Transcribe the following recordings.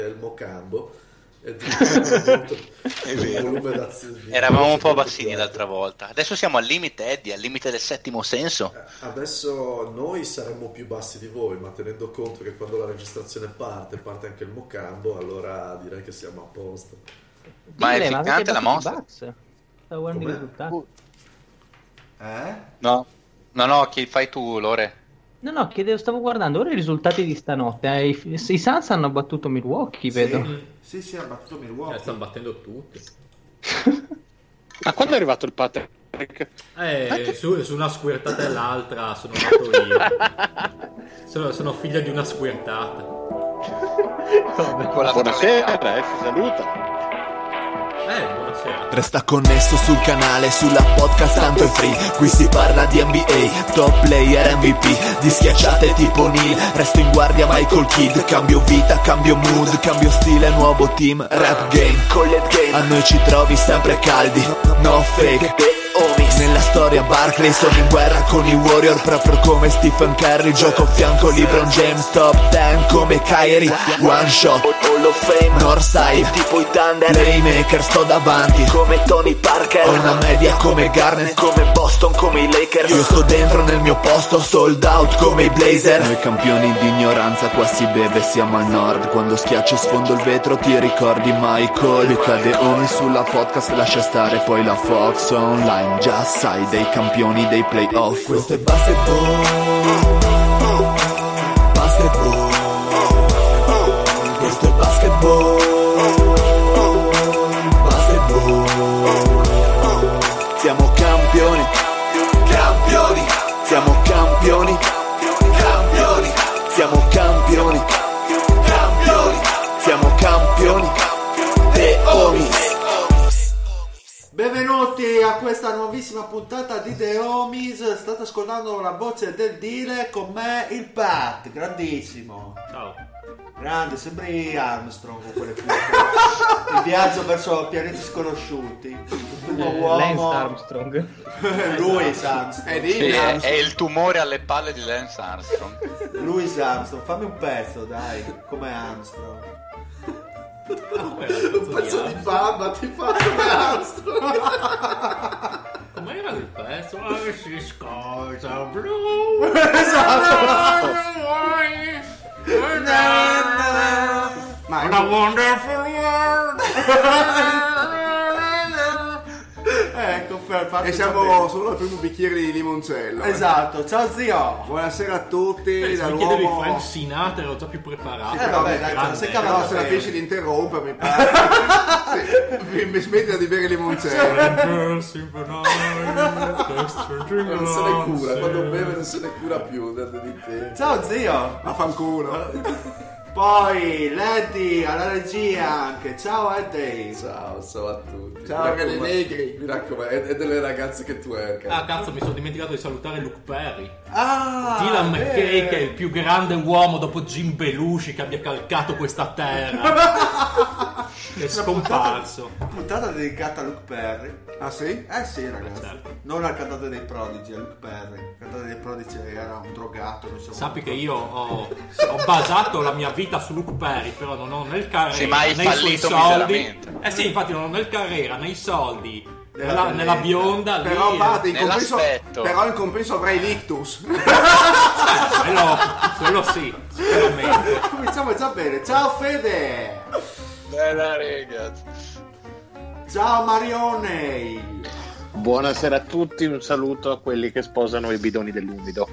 il Mocambo. È vero. Eravamo un po' bassini l'altra volta. Adesso siamo al limite, Eddie, al limite del settimo senso. Adesso noi saremmo più bassi di voi, ma tenendo conto che quando la registrazione parte anche il Mocambo, allora direi che siamo a posto. Ma è ficcante la mossa? Stavo guardando i risultati. No, chi fai tu, Lore? No, stavo guardando ora i risultati di stanotte. I Suns hanno battuto Milwaukee, vedo. Sì, ha battuto Milwaukee. Stanno battendo tutti. Ma quando è arrivato il Patrick? Su una squirtata e l'altra sono nato io. sono figlio di una squirtata. Buonasera, si saluta. Buonasera. Resta connesso sul canale, sulla podcast tanto è free. Qui si parla di NBA, top player, MVP, di schiacciate tipo Neil. Resto in guardia Michael Kidd. Cambio vita, cambio mood, cambio stile, nuovo team. Rap game, collet game, a noi ci trovi sempre caldi. No fake, homies. Nella storia Barkley, sono in guerra con i Warrior, proprio come Stephen Curry. Gioco a fianco LeBron James, top 10 come Kyrie. One shot, Hall of Fame, Northside, tipo i Thunder, Playmaker, sto davanti come Tony Parker. Ho una media come Garnett, come Boston, come i Lakers. Io sto dentro nel mio posto, sold out come i Blazer. Noi campioni di ignoranza, qua si beve, siamo al nord. Quando schiaccio sfondo il vetro ti ricordi Michael. Mi cade Omi sulla podcast, lascia stare poi la Fox online. Già sai dei campioni dei playoff. Questo è basketball. Basketball. Questo è basketball. Basketball. Siamo campioni. Campioni. Siamo campioni. Campioni. Siamo campioni. Campioni. Siamo campioni. The Homies. Benvenuti a questa nuovissima puntata di The Homies. State ascoltando la voce del dire, con me il Pat, grandissimo. Ciao. Grande, sembri Armstrong con quelle cuffie. Il viaggio verso pianeti sconosciuti. Il primo uomo. Lance Armstrong. Louis Armstrong. È il tumore alle palle di Lance Armstrong. Louis Armstrong, fammi un pezzo, dai, come Armstrong. Un pezzo di bamba ti fa come Armstrong. Com'era il pezzo? She scars are blue. Ma What a wonderful world. ecco, E siamo solo al primo bicchiere di limoncello. Esatto, ciao zio. Buonasera a tutti. Se mi chiedevi Frank Sinatra ero già più preparato. Vabbè, dai, sei Però cavato se la bene. finisci di interrompermi, mi smetti di bere limoncello. Non se ne cura, quando beve non se ne cura più di te. Ciao zio. Vaffanculo. Poi Leddy alla regia anche. Ciao Eddie. Ciao a tutti. Ciao, Mi che dei raccomando- negri. Mi raccomando, è delle ragazze che tu hai. Ah cazzo, mi sono dimenticato di salutare Luke Perry. bene. Dylan McKay, che è il più grande uomo dopo Jim Belushi che abbia calcato questa terra. È scomparso. Puntata dedicata a Luke Perry. Ah sì? Eh sì, ragazzi. Certo. Non al cantante dei Prodigy, a Luke Perry. Il cantante dei Prodigy era un drogato, non so. Sappi che io ho basato la mia vita su Luke Perry, però non ho nel carriera Sì, ma hai nei suoi fallito soldi. miseramente. Sì, infatti non ho nel carriera, nei soldi, nella bionda lì. Però Pat, in compenso, Nell'aspetto. però in compenso avrei l'ictus. quello sì, sicuramente. Cominciamo già bene. Ciao Fede. Bella ragazzi. Ciao Marione. Buonasera a tutti, un saluto a quelli che sposano i bidoni dell'umido.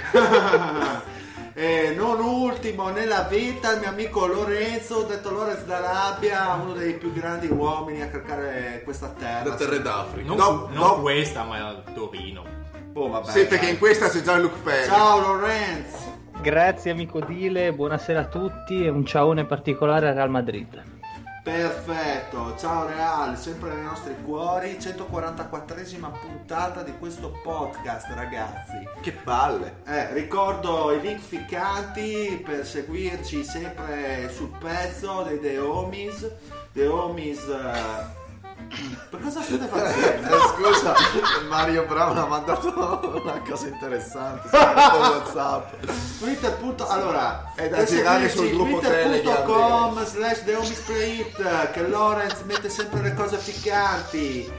E non ultimo nella vita il mio amico Lorenzo, detto Lorenzo d'Arabia, uno dei più grandi uomini a calcare questa terra. Da terre d'Africa. Non questa, ma a Torino. Oh, vabbè, Sì, perché dai. in questa c'è già Luke Perry. Ciao Lorenzo. Grazie amico Dile, buonasera a tutti e un ciaone particolare al Real Madrid. Perfetto, ciao Real, sempre nei nostri cuori, 144esima puntata di questo podcast, ragazzi. Che palle. Ricordo i link ficcanti per seguirci sempre sul pezzo dei The Homies. The Homies Per cosa state facendo? Scusa, Mario Brown ha mandato una cosa interessante su WhatsApp. Allora, è da girare sul gruppo Telegram. twitter.com/TheHomisplayIt, che Lorenz mette sempre le cose ficcanti.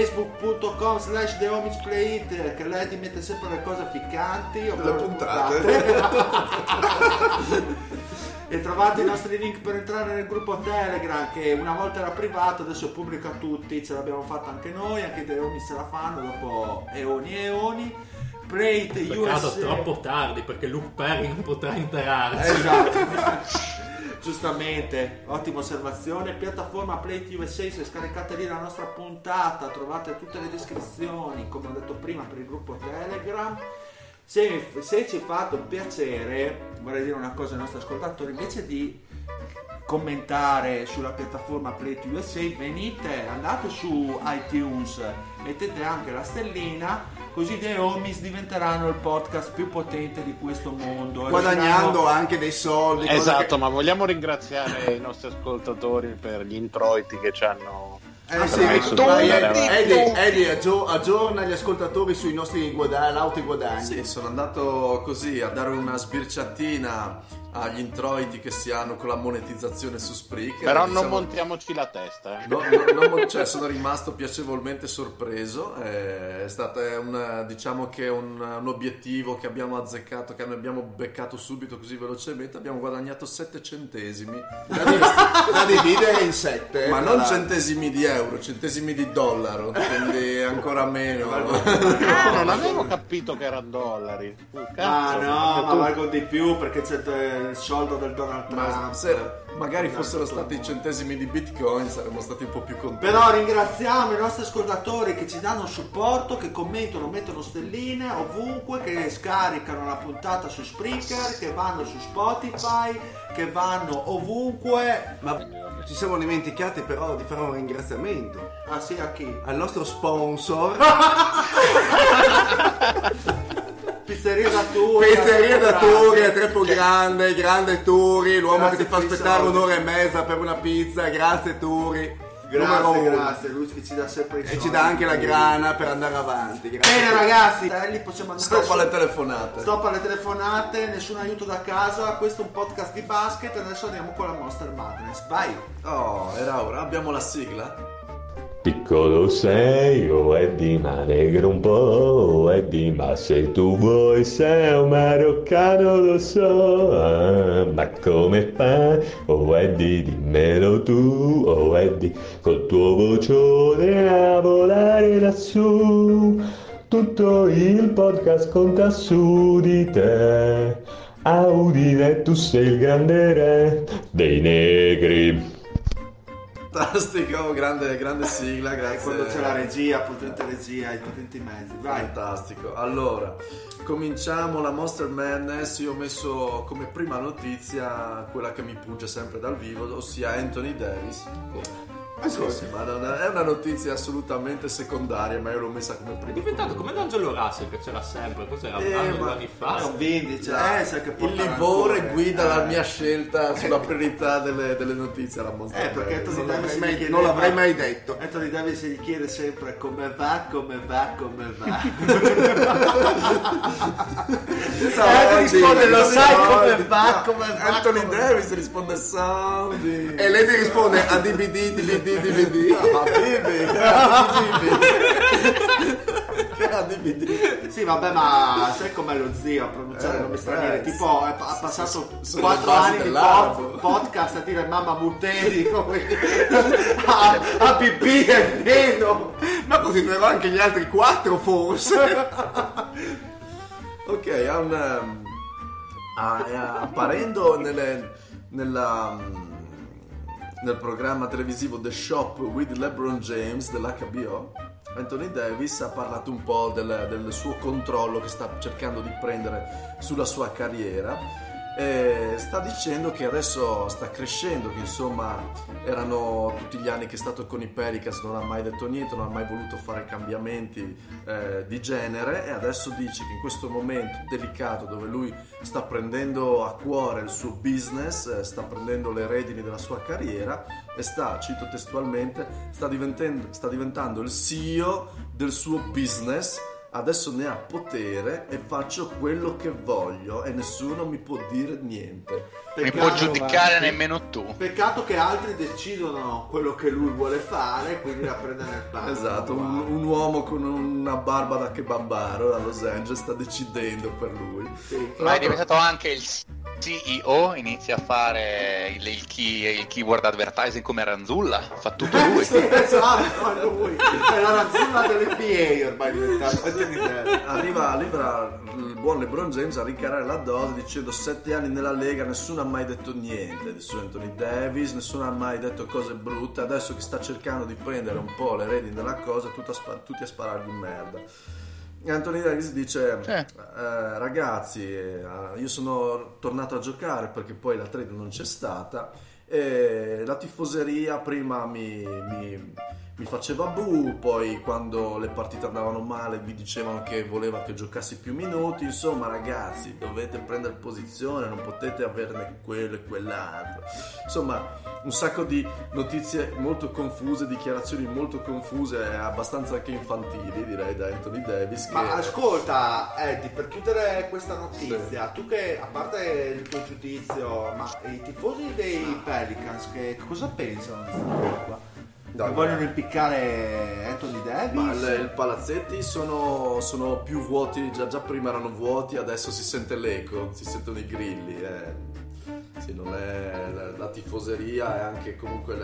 facebook.com/TheHomisplayIt, che Lady mette sempre le cose ficcanti. Le puntate. E trovate i nostri link per entrare nel gruppo Telegram, che una volta era privato, adesso è pubblico a tutti. Ce l'abbiamo fatto anche noi, anche The Homies se la fanno dopo eoni e eoni. Play It Peccato USA. troppo tardi, perché Luke Perry non potrà interarsi. Esatto. Giustamente, ottima osservazione. Piattaforma Play It USA, se scaricate lì la nostra puntata trovate tutte le descrizioni, come ho detto prima, per il gruppo Telegram. Se ci fate un piacere, vorrei dire una cosa ai nostri ascoltatori: invece di commentare sulla piattaforma Play It USA, andate su iTunes, mettete anche la stellina, così The Homies diventeranno il podcast più potente di questo mondo, guadagnando anche dei soldi. Esatto, ma vogliamo ringraziare i nostri ascoltatori per gli introiti che ci hanno. Eddie, aggiorna gli ascoltatori sui nostri lauti guadagni. Sì, sono andato così a dare una sbirciatina agli introiti che si hanno con la monetizzazione su Spreaker. Però non montiamoci la testa. Cioè, sono rimasto piacevolmente sorpreso. È stato diciamo che un obiettivo che abbiamo azzeccato, che abbiamo beccato subito così velocemente. Abbiamo guadagnato 7 centesimi da dividere in 7, ma non centesimi di euro, centesimi di dollaro, quindi ancora meno. Non avevo capito che erano dollari. Ma valgono di più, perché c'è il soldo del Donald Trump. Se magari fossero stati i centesimi di Bitcoin saremmo stati un po' più contenti. Però ringraziamo i nostri ascoltatori che ci danno supporto, che commentano, mettono stelline ovunque, che scaricano la puntata su Spreaker, che vanno su Spotify, che vanno ovunque. Ma ci siamo dimenticati però di fare un ringraziamento. Ah sì, a chi? Al nostro sponsor. Pizzeria da Turi, a Treppo Grande Turi, l'uomo grazie, che ti fa aspettare un'ora e mezza per una pizza. Grazie Turi. Grazie, lui che ci dà sempre i soldi. E ci dà anche la grana per andare avanti. Grazie. Bene ragazzi, lì possiamo andare. Stop alle telefonate, nessun aiuto da casa. Questo è un podcast di basket e adesso andiamo con la Monster Madness. Vai. Oh, era ora, abbiamo la sigla. Piccolo sei, oh Eddie, ma negro un po', oh Eddie, ma se tu vuoi sei un maroccano, lo so, ma come fai, oh Eddie, dimmelo tu, oh Eddie, col tuo vocione a volare lassù, tutto il podcast conta su di te, a Udine tu sei il grande re dei negri. Fantastico, grande sigla, grazie. Quando c'è la regia, potente regia, i potenti mezzi. Vai. Fantastico. Allora, cominciamo la Monster Madness. Io ho messo come prima notizia quella che mi punge sempre dal vivo, ossia Anthony Davis. Sì, ma è una notizia assolutamente secondaria, ma io l'ho messa come prima. È diventato come D'Angelo Russell, che c'era sempre, cos'era un anni fa. Non vendi, il livore guida la mia scelta sulla priorità delle notizie alla Monster. Perché Anthony Davis non l'avrei mai detto. Anthony Davis gli chiede sempre come va. Risponde, lo sai come va. Anthony Davis risponde soldi. E lei ti risponde a DVD. Sì, vabbè, ma sai com'è lo zio a pronunciare nomi stranieri? Tipo, ha passato 4 anni di podcast a dire mamma Mutteri a pipì e meno. Ma così troverò anche gli altri 4 forse. Ok, apparendo nel programma televisivo The Shop with LeBron James dell'HBO, Anthony Davis ha parlato un po' del suo controllo che sta cercando di prendere sulla sua carriera E sta dicendo che adesso sta crescendo, che insomma erano tutti gli anni che è stato con i Pelicans, non ha mai detto niente, non ha mai voluto fare cambiamenti di genere, e adesso dice che in questo momento delicato dove lui sta prendendo a cuore il suo business, sta prendendo le redini della sua carriera e sta, cito testualmente, sta diventando il CEO del suo business. Adesso ne ha potere e faccio quello che voglio e nessuno mi può dire niente. Mi può giudicare nemmeno tu. Peccato che altri decidono quello che lui vuole fare, quindi la prende nel palo. Esatto, un uomo con una barba da kebabaro da Los Angeles sta decidendo per lui. Sì. Ma è diventato anche il CEO, inizia a fare il keyword advertising come Ranzulla, fa tutto lui. Sì, esatto, è lui. È la Ranzulla dell'NBA ormai diventata. Arriva il buon LeBron James a ricarare la dose dicendo 7 anni nella Lega, nessuno ha mai detto niente su Anthony Davis, nessuno ha mai detto cose brutte, adesso che sta cercando di prendere un po' le redini della cosa, tutti a sparargli in merda. E Anthony Davis dice ragazzi, io sono tornato a giocare perché poi la trade non c'è stata e la tifoseria prima mi faceva bu, poi quando le partite andavano male mi dicevano che voleva che giocassi più minuti, insomma ragazzi dovete prendere posizione, non potete averne quello e quell'altro, insomma un sacco di notizie molto confuse, dichiarazioni molto confuse e abbastanza anche infantili direi da Anthony Davis. Ma ascolta Eddie, per chiudere questa notizia, tu che a parte il tuo giudizio, ma i tifosi dei Pelicans che cosa pensano di questa cosa qua? Vogliono impiccare Anthony Davis? Ma i palazzetti sono più vuoti, già prima erano vuoti, adesso si sente l'eco, si sentono i grilli. Sì, non è la tifoseria e anche comunque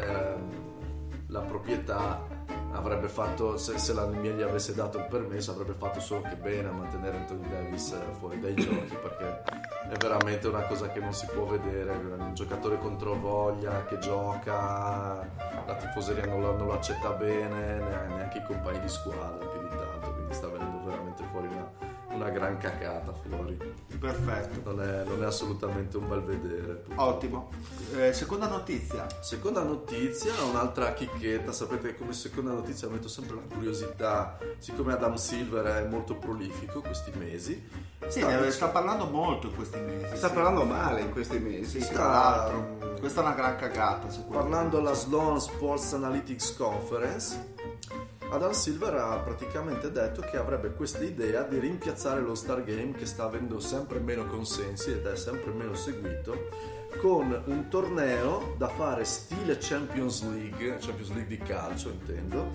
la proprietà avrebbe fatto, se la NBA gli avesse dato il permesso, avrebbe fatto solo che bene a mantenere Anthony Davis fuori dai giochi, perché è veramente una cosa che non si può vedere, un giocatore contro voglia che gioca, la tifoseria non lo accetta bene, neanche i compagni di squadra più di tanto, quindi sta venendo veramente fuori una gran cacata fuori. Perfetto. Non è assolutamente un bel vedere. Ottimo. Seconda notizia, un'altra chicchetta. Sapete che come seconda notizia metto sempre la curiosità, siccome Adam Silver è molto prolifico questi mesi. Sta parlando molto in questi mesi. Sta parlando male in questi mesi. Sì, tra l'altro. Questa è una gran cagata. Parlando alla Sloan Sports Analytics Conference, Adam Silver ha praticamente detto che avrebbe questa idea di rimpiazzare lo Star Game, che sta avendo sempre meno consensi ed è sempre meno seguito, con un torneo da fare stile Champions League di calcio intendo,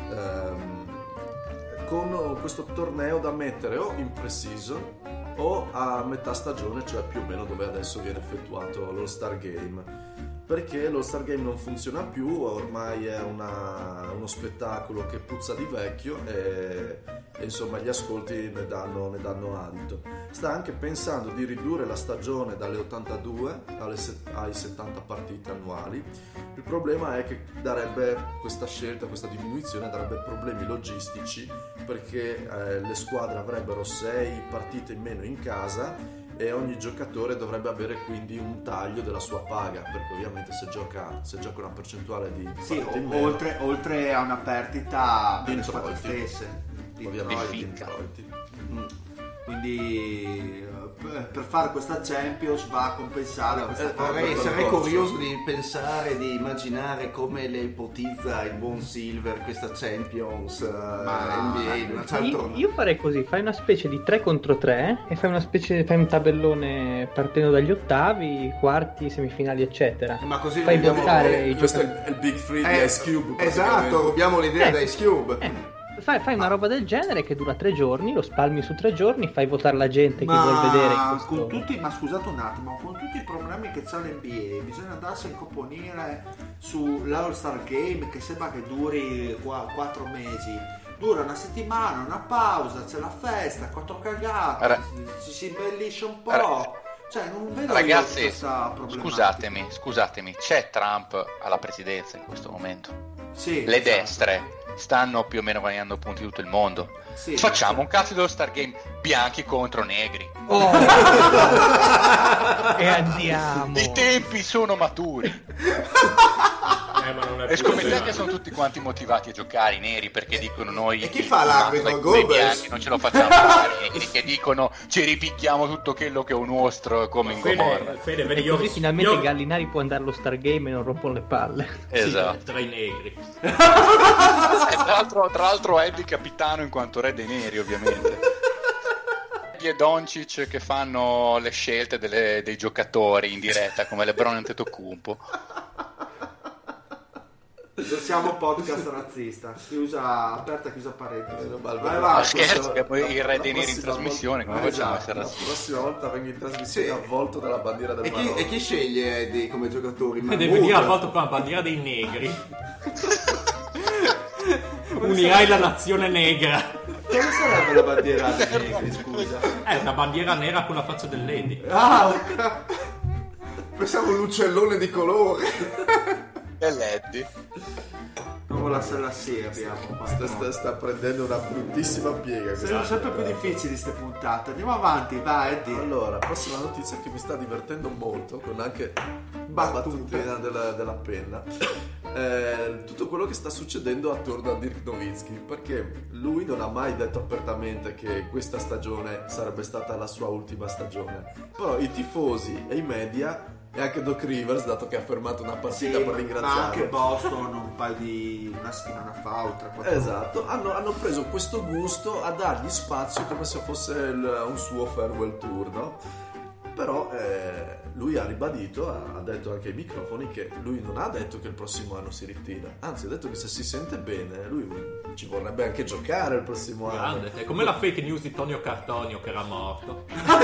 con questo torneo da mettere o in pre-season o a metà stagione, cioè più o meno dove adesso viene effettuato lo Star Game. Perché lo Star Game non funziona più, ormai è uno spettacolo che puzza di vecchio e insomma gli ascolti ne danno adito. Sta anche pensando di ridurre la stagione dalle 82 ai 70 partite annuali. Il problema è che questa diminuzione darebbe problemi logistici, perché le squadre avrebbero 6 partite in meno in casa e ogni giocatore dovrebbe avere quindi un taglio della sua paga, perché ovviamente se gioca una percentuale di partite in meno, oltre a una perdita di delle squadre introiti, stesse, ovviamente di introiti. Quindi per fare questa Champions va a compensare questa sarei curioso di pensare, di immaginare come le ipotizza il buon Silver questa Champions NBA. Io farei così, fai una specie di 3 contro 3 e fai un tabellone partendo dagli ottavi, quarti, semifinali eccetera. Ma così fai votare i questo giocatori. è il Big Free di Ice Cube. Esatto, abbiamo l'idea da Ice Cube. Fai una roba del genere che dura 3 giorni, lo spalmi su 3 giorni, fai votare la gente che vuol vedere questo. Ma scusate un attimo, con tutti i problemi che c'ha l'NBA bisogna andarsi a incoponire sull'All-Star Game che sembra che duri 4 mesi. Dura una settimana, una pausa, c'è la festa, 4 cagate, ci si imbellisce un po'. Cioè, non vedo ragazzi, questa problematica. scusatemi, c'è Trump alla presidenza in questo momento. Sì, le esatto. destre stanno più o meno guadagnando punti tutto il mondo. Sì, Facciamo un cazzo dello Star Game bianchi contro negri. E andiamo. I tempi sono maturi. Ma non è E più scommettiamo così. che sono tutti quanti motivati a giocare i neri, perché dicono noi E chi fa l'arbitro? i Goebbels? bianchi non ce lo facciamo fare, i negri che dicono ci ripicchiamo tutto quello che è un nostro come in Gomorra. Fede, vedi, E così finalmente io- Gallinari può andare allo Star Game e non rompono le palle. Esatto. Tra i negri. Tra l'altro è il capitano in quanto re dei neri, ovviamente. E Doncic che fanno le scelte dei giocatori in diretta come LeBron e Antetokounmpo. Non siamo podcast razzista. Aperta, chiusa parentesi. Vai, Ma vai. scherzo, che poi il re dei La neri in prossima trasmissione, come volta- facciamo a esatto, essere la razzisti? prossima volta vengo in trasmissione Sì. avvolto dalla bandiera del E Marocco. chi sceglie Eddie come giocatori? E deve venire a volta con la bandiera dei negri. Unirai la nazione negra. Come sarebbe la bandiera dei negri, scusa? È una bandiera nera con la faccia del Lady. Ah, ok. Pensavo un uccellone di colore. E Leddy. Come la serie abbiamo qua. Sta prendendo una bruttissima piega Sono questa. sempre più difficili queste puntate. Andiamo avanti, vai Eddie. Allora, prossima notizia che mi sta divertendo molto, con anche battutina della penna. Tutto quello che sta succedendo attorno a Dirk Nowitzki, perché lui non ha mai detto apertamente che questa stagione sarebbe stata la sua ultima stagione, però i tifosi e i media e anche Doc Rivers, dato che ha fermato una partita per ma anche ringraziarlo, Boston un paio di una settimana fa o 3-4 esatto, hanno preso questo gusto a dargli spazio come se fosse un suo farewell tour, no? Però lui ha ribadito, ha detto anche ai microfoni che lui non ha detto che il prossimo anno si ritira, anzi ha detto che se si sente bene lui ci vorrebbe anche giocare il prossimo anno. Grande. È come la fake news di Tonio Cartonio che era morto.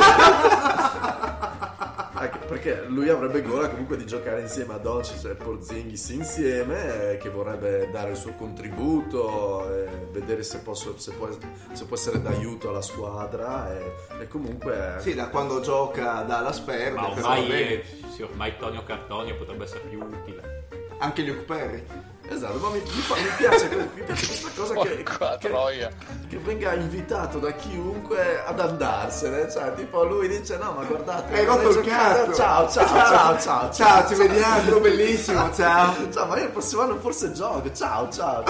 Anche perché lui avrebbe gola comunque di giocare insieme a Doncic e Porzingis insieme, che vorrebbe dare il suo contributo, vedere se può essere d'aiuto alla squadra e comunque Sì, da quando gioca dalla Sper. Ma ormai, ormai Tonio Cartonio potrebbe essere più utile. Anche Luke Perry. esatto, ma mi piace questa cosa Porca troia. che venga invitato da chiunque ad andarsene, cioè tipo lui dice no ma guardate Hai rotto il cazzo. ciao Ciao, ci vediamo, bellissimo, ciao. ciao, ma io il prossimo anno forse gioco, ciao Ciao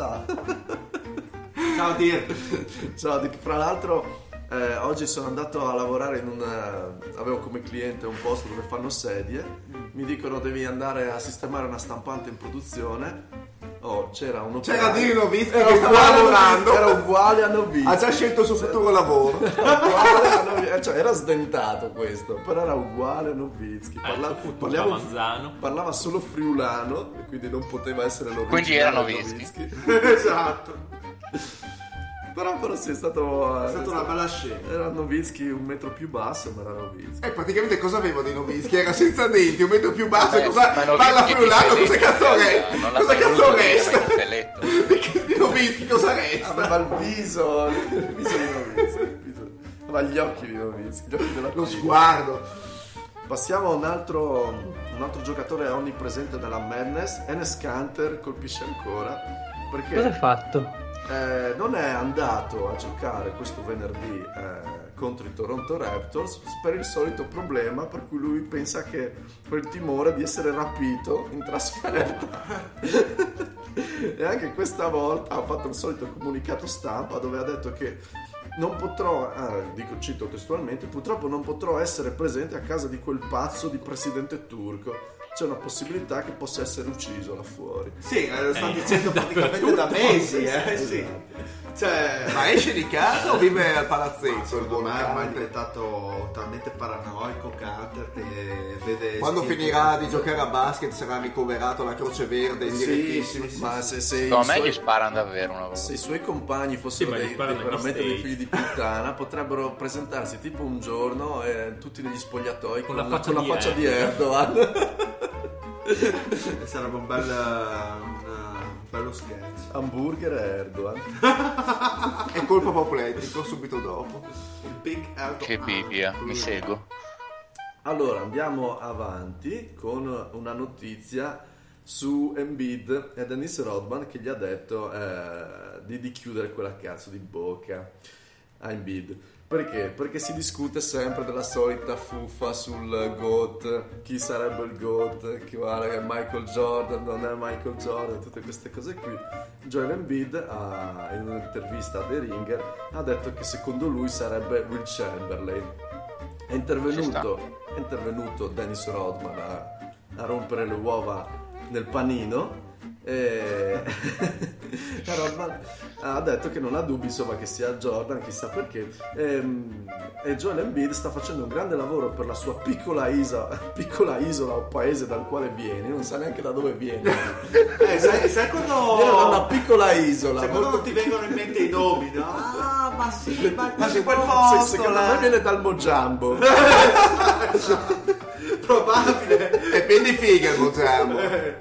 Dirk. ciao Dick. Fra l'altro oggi sono andato a lavorare avevo come cliente un posto dove fanno sedie, mi dicono devi andare a sistemare una stampante in produzione. C'era Dirk Nowitzki che stava lavorando. era uguale a Nowitzki, Ha già scelto il suo futuro lavoro. cioè era sdentato questo, però era uguale a Nowitzki. Parlava solo friulano e quindi non poteva essere l'originale. Quindi era Nowitzki. Esatto. Però sì, è stato È stata una bella scena. era Nowitzki un metro più basso, ma era Nowitzki. Praticamente cosa avevo di Nowitzki? Era senza denti, un metro più basso. Ma Nowitzki Parla friulano, cosa cazzo resta? non l'ha Cosa cazzo saputo, resta? era intelletto. Di Nowitzki cosa resta? Aveva il viso di Nowitzki, aveva gli occhi di Nowitzki, gli occhi della Lo tigre. sguardo. Passiamo a un altro giocatore onnipresente della Madness. Enes Kanter colpisce ancora perché Cosa ha fatto? non è andato a giocare questo venerdì contro i Toronto Raptors per il solito problema per cui lui pensa che per il timore di essere rapito in trasferta e anche questa volta ha fatto il solito comunicato stampa dove ha detto che non potrò, cito testualmente, purtroppo non potrò essere presente a casa di quel pazzo di presidente turco. C'è una possibilità che possa essere ucciso là fuori. Sì, lo sto dicendo praticamente da mesi, sì. Cioè, Ma esce di casa o vive al palazzetto? secondo me ormai è diventato talmente paranoico Kanter che vede Quando schifo. finirà di giocare a basket sarà ricoverato alla Croce Verde in direttissimo. ma se Secondo me gli sparano davvero una volta. se i suoi compagni fossero Sì, ma gli sparano negli veramente dei States. figli di puttana potrebbero presentarsi tipo un giorno tutti negli spogliatoi Con con la faccia di faccia di Erdogan. Sarebbe un bello sketch. Hamburger e Erdogan. E colpo apopletico subito dopo. Il big Erdogan. Che Bibbia, mi seguo. Allora andiamo avanti con una notizia su Embiid e Dennis Rodman, che gli ha detto di chiudere quella cazzo di bocca a Embiid. Perché? Perché si discute sempre della solita fuffa sul GOAT, chi sarebbe il GOAT, chi guarda che è Michael Jordan, non è Michael Jordan, tutte queste cose qui. Joel Embiid in un'intervista a The Ringer ha detto che secondo lui sarebbe Will Chamberlain. È intervenuto Dennis Rodman a rompere le uova nel panino e Rodman ha detto che non ha dubbi, insomma, che sia Jordan, chissà perché, e Joel Embiid sta facendo un grande lavoro per la sua piccola isola o paese dal quale viene, non sa neanche da dove viene. Sai quando viene da una piccola isola, sai quando ti vengono in mente i nomi, no? Ma sì, ma quel secondo posto me viene dal Mojambo. probabile. E quindi figa il Mojambo.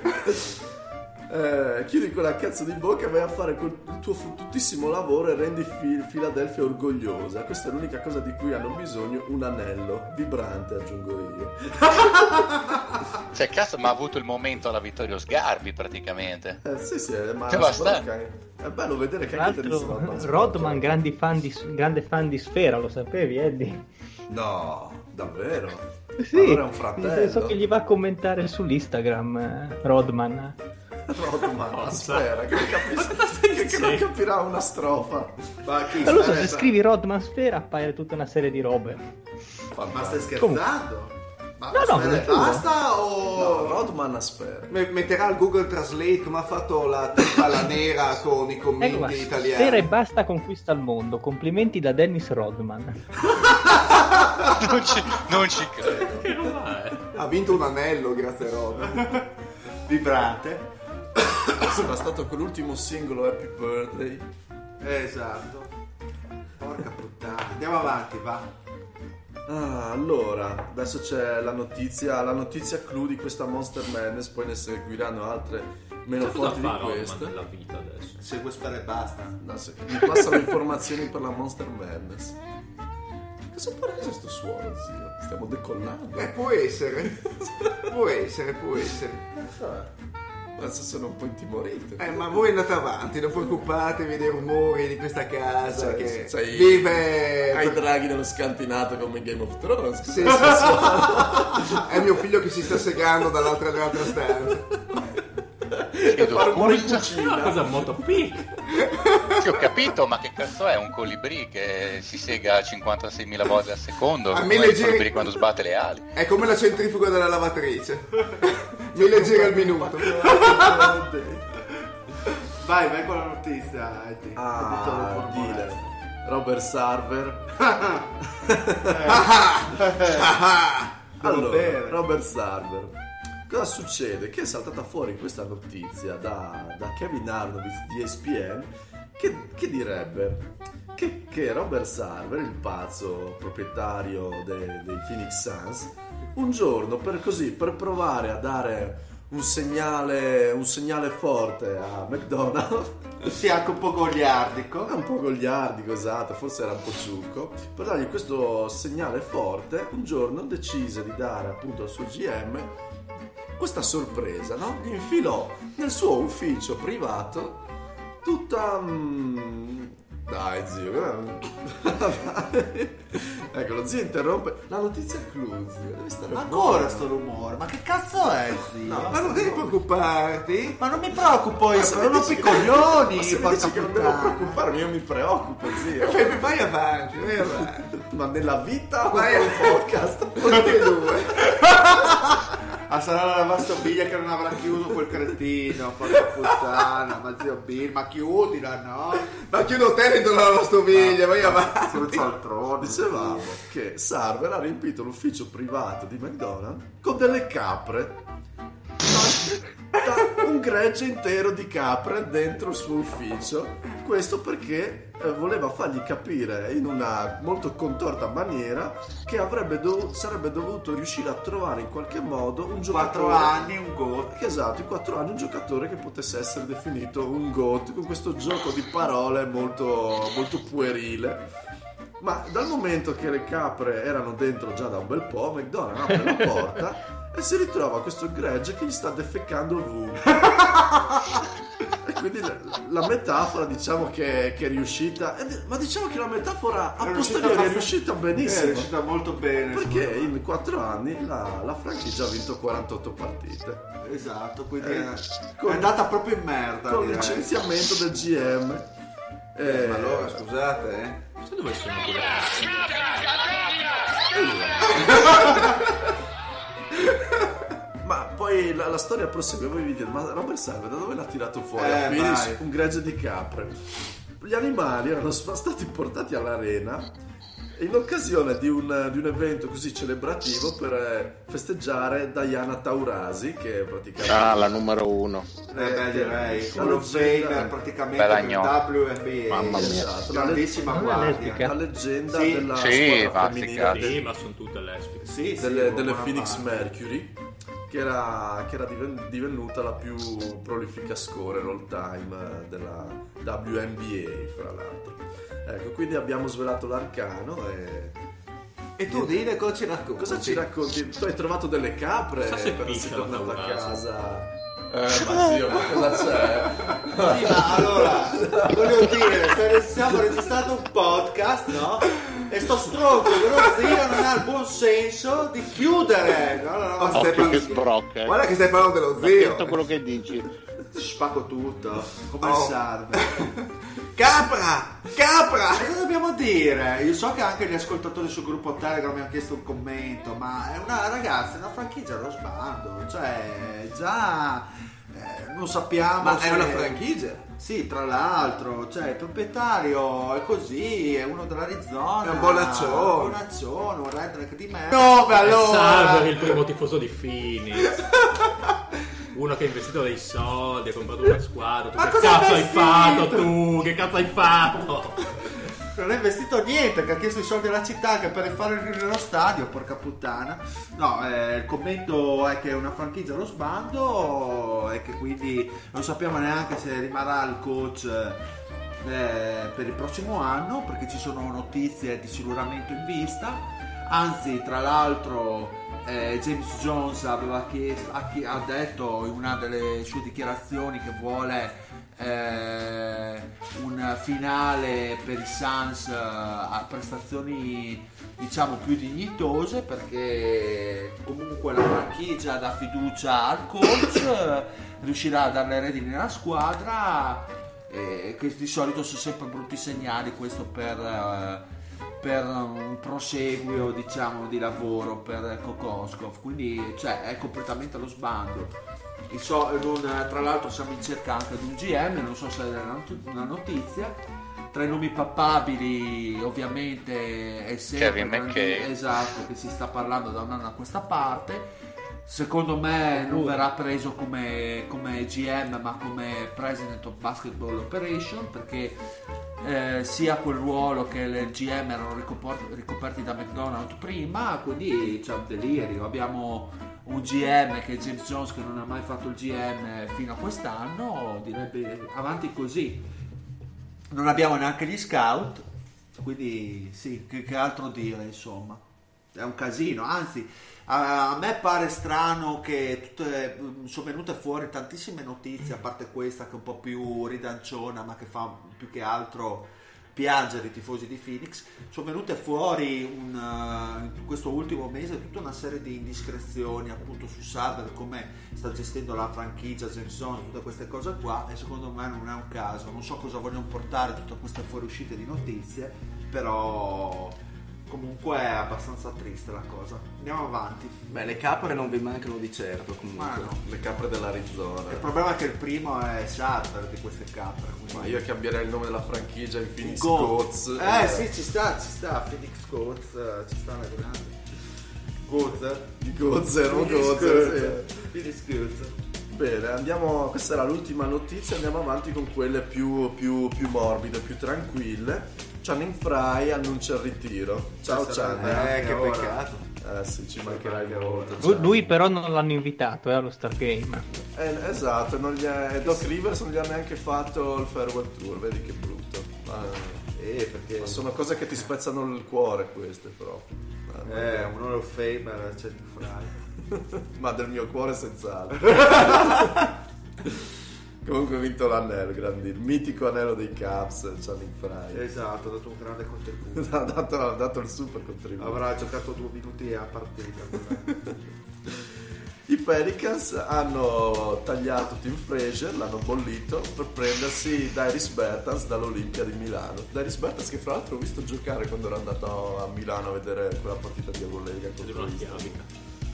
Chiudi quella cazzo di bocca e vai a fare il tuo fruttissimo lavoro e rendi Philadelphia orgogliosa. Questa è l'unica cosa di cui hanno bisogno, un anello vibrante, aggiungo io. Cioè, cazzo, ma ha avuto il momento alla Vittorio Sgarbi praticamente. Sì, ma è bello vedere che Tra anche l'altro Rodman grande fan di Sfera, lo sapevi, Eddie? No, davvero? Sì, allora è un fratello. so che gli va a commentare sull'Instagram Rodman. La Sfera che non capirà una strofa. Allora se scrivi Rodman Sfera appare tutta una serie di robe. Ma stai scherzando? No, basta o Rodman a Sfera metterà il Google Translate come ha fatto la tipa la nera con i commenti italiani? Sfera e basta conquista il mondo. Complimenti da Dennis Rodman. Non ci credo. Ha vinto un anello grazie a Rodman. Vibrante. sarà stato quell'ultimo singolo Happy Birthday. Esatto. Porca puttana. Andiamo avanti, va. Allora, adesso c'è la notizia clou di questa Monster Madness, poi ne seguiranno altre meno forti di queste. Nella vita adesso. Segue Sfera e basta. No, mi passano informazioni per la Monster Madness. Cosa pare che questo suono, zio? Stiamo decollando. Può essere. Può essere. Adesso sono un po' intimorito. Ma voi andate avanti, non preoccupatevi dei rumori di questa casa che c'hai vive ai draghi nello scantinato come in Game of Thrones. Sì. È mio figlio che si sta segando dall'altra stanza. Fare un po' in cucina. Cosa molto pic. Sì, ho capito, ma che cazzo è un colibrì che si sega 56.000 volte al secondo? Come il colibrì quando sbatte le ali. È come la centrifuga della lavatrice. 1000 giri al minuto. Vai con la notizia. Dile. Robert Sarver. Allora, Robert Sarver. Cosa succede? Che è saltata fuori questa notizia da Kevin Arnold di ESPN che direbbe che Robert Sarver, il pazzo proprietario dei Phoenix Suns, un giorno per provare a dare un segnale forte a McDonald. Sì, anche un po' goliardico. È un po' goliardico, esatto, forse era un po' ciucco. Per dargli questo segnale forte, un giorno decise di dare appunto al suo GM questa sorpresa, no? Gli infilò nel suo ufficio privato tutta... Dai, zio. Ecco, lo zio interrompe. La notizia clou, zio. Devi stare ancora sto rumore. Ma che cazzo è, zio? No, ma non devi preoccuparti. Ma non mi preoccupo io, però non coglioni. Ma se mi dici che non devo preoccuparmi, io mi preoccupo, zio. Vai avanti. Ma nella vita o nel podcast? Tutti e due. Sarà la lavastoviglie che non avrà chiuso quel cretino. Porca puttana. Ma zio Bill, ma chiudila, no? Ma chiudo te dentro la lavastoviglie, vai avanti. Dicevamo che Sarver ha riempito l'ufficio privato di McDonald's con delle capre, un gregge intero di capre dentro il suo ufficio. Questo perché voleva fargli capire in una molto contorta maniera che sarebbe dovuto riuscire a trovare in qualche modo un giocatore. 4 anni, un GOAT. Esatto, in 4 anni un giocatore che potesse essere definito un GOAT, con questo gioco di parole molto, molto puerile. Ma dal momento che le capre erano dentro già da un bel po', McDonald's apre la porta e si ritrova questo gregge che gli sta defeccando ovunque. E quindi la metafora diciamo che è riuscita, ma diciamo che la metafora a posteriori è riuscita benissimo. È riuscita molto bene. Perché in 4 anni la franchigia ha vinto 48 partite. Esatto, quindi è andata proprio in merda. Con direi. licenziamento del GM. Ma allora scusate, Sai dove sono quelle? Ma poi la storia prosegue, voi vi dite, ma Robert Salve da dove l'ha tirato fuori a Phoenix vai. un gregge di capre? Gli animali erano stati portati all'arena in occasione di un evento così celebrativo per festeggiare Diana Taurasi, che è praticamente la numero 1. Direi la Hall of leggenda- Fame praticamente Bella del gnocca. WNBA. Mamma mia. Esatto, Grandissima Non è guardia. lesbica? la leggenda Sì. della Sì, squadra basta, femminile cazzo. Sì, ma sono tutte lesbiche. Sì, delle buona Phoenix parte. Mercury, che era divenuta la più prolifica scorer all time della WNBA, fra l'altro. Ecco, quindi abbiamo svelato l'arcano e tu Dile cosa ci racconti? cosa ci racconti? Tu hai trovato delle capre Chissà se quando sei piscia la tornato a Taurasi. casa? Ma zio, ma cosa c'è? Sì, ma allora, voglio dire, stiamo registrando un podcast, no? E sto stronzo dello zio non ha il buon senso di chiudere. No. Occhio che sbrocca. Guarda che stai parlando dello Attento a zio. quello che dici. Spacco tutto, come Oh. serve. Capra! Cosa dobbiamo dire? Io so che anche gli ascoltatori sul gruppo Telegram mi hanno chiesto un commento, ma è una franchigia allo sbando, cioè già non sappiamo Ma se- è una franchigia? Sì, tra l'altro, cioè il proprietario è così, è uno dell'Arizona. È un bonaccione. Un redneck di me. No, beh, Salve allora. il primo tifoso di Phoenix. Uno che ha investito dei soldi, ha comprato una squadra. Tu Ma che cosa cazzo hai hai fatto investito? tu? Che cazzo hai fatto? Non ha investito niente, che ha chiesto i soldi alla città anche per rifare nello stadio, porca puttana. No, il commento è che è una franchigia allo sbando e che quindi non sappiamo neanche se rimarrà il coach per il prossimo anno, perché ci sono notizie di sicuramente in vista. Anzi, tra l'altro, James Jones aveva ha detto in una delle sue dichiarazioni che vuole un finale per i Suns a prestazioni diciamo più dignitose, perché comunque la franchigia dà fiducia al coach, riuscirà a dare le redini alla squadra, che di solito sono sempre brutti segnali, questo per un proseguio diciamo di lavoro per Kokoskov, quindi cioè, è completamente allo sbando. Tra l'altro siamo in cerca anche di un GM, non so se è una notizia. Tra i nomi papabili ovviamente è sempre Kevin McKay. esatto, che si sta parlando da un anno a questa parte. Secondo me non verrà preso come GM ma come President of Basketball Operation, perché sia quel ruolo che il GM erano ricoperti da McDonald prima, quindi c'è un delirio. Abbiamo un GM che è James Jones, che non ha mai fatto il GM fino a quest'anno, direbbe avanti così. Non abbiamo neanche gli scout, quindi sì, che altro dire, insomma. È un casino, anzi a me pare strano che sono venute fuori tantissime notizie, a parte questa che è un po' più ridanciona ma che fa più che altro piangere i tifosi di Phoenix. Sono venute fuori in questo ultimo mese tutta una serie di indiscrezioni appunto su Sarver, come sta gestendo la franchigia, James Jones, tutte queste cose qua, e secondo me non è un caso. Non so cosa vogliono portare tutte queste fuoriuscite di notizie, però comunque è abbastanza triste la cosa. Andiamo avanti. Beh, le capre non vi mancano di certo comunque. Ma no. Le capre dell'Arizona. Il problema è che il primo è Sarver di queste capre. quindi- Ma io cambierei il nome della franchigia in Phoenix Goats. Goats. Sì, ci sta, Phoenix Goats, ci sta la grande. Goats. Phoenix Goats. Bene, andiamo. Questa era l'ultima notizia. Andiamo avanti con quelle più morbide, più tranquille. Channing Frye annuncia il ritiro. Ciao Channing. Che ora. peccato. Sì, ci mancherai molto. Lui però non l'hanno invitato allo Stargame. Esatto, Doc Rivers non gli ha neanche fatto il farewell tour, vedi che brutto. Perché Ma sono cose che ti spezzano il cuore queste proprio. è un Hall of Famer, Channing Frye. Ma del mio cuore senz'altro. Comunque ha vinto l'anello, il mitico anello dei Cavs, Channing Frye. Esatto, ha dato un grande contributo. ha dato il super contributo. Avrà giocato 2 minuti a partita. I Pelicans hanno tagliato Tim Frazier, l'hanno bollito per prendersi Dairis Bertans dall'Olimpia di Milano. Dairis Bertans che fra l'altro ho visto giocare quando ero andato a Milano a vedere quella partita di Eurolega contro l'Istanbul.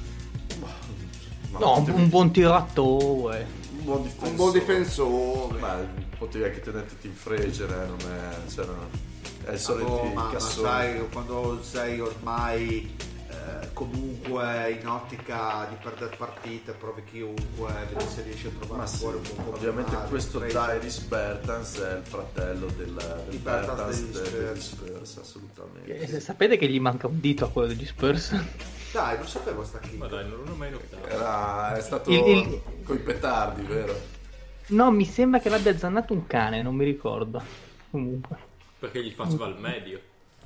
No, un buon tiratore. Un buon difensore. Ma potevi anche tenerti Tim Frazier, non è... Cioè, è il solito ma sai, quando sei ormai... comunque in ottica di perdere partite, provi chiunque, vedi se riesci a trovare fuori un buon ovviamente questo Dairis Bertans è il fratello del Bertans degli Spurs, assolutamente. Sapete che gli manca un dito a quello degli Spurs? Dai, non sapevo sta chicca. Ma dai, non l'ho mai notato. È stato coi petardi, vero? No, mi sembra che l'abbia zannato un cane, non mi ricordo. Comunque. Perché gli faceva al medio.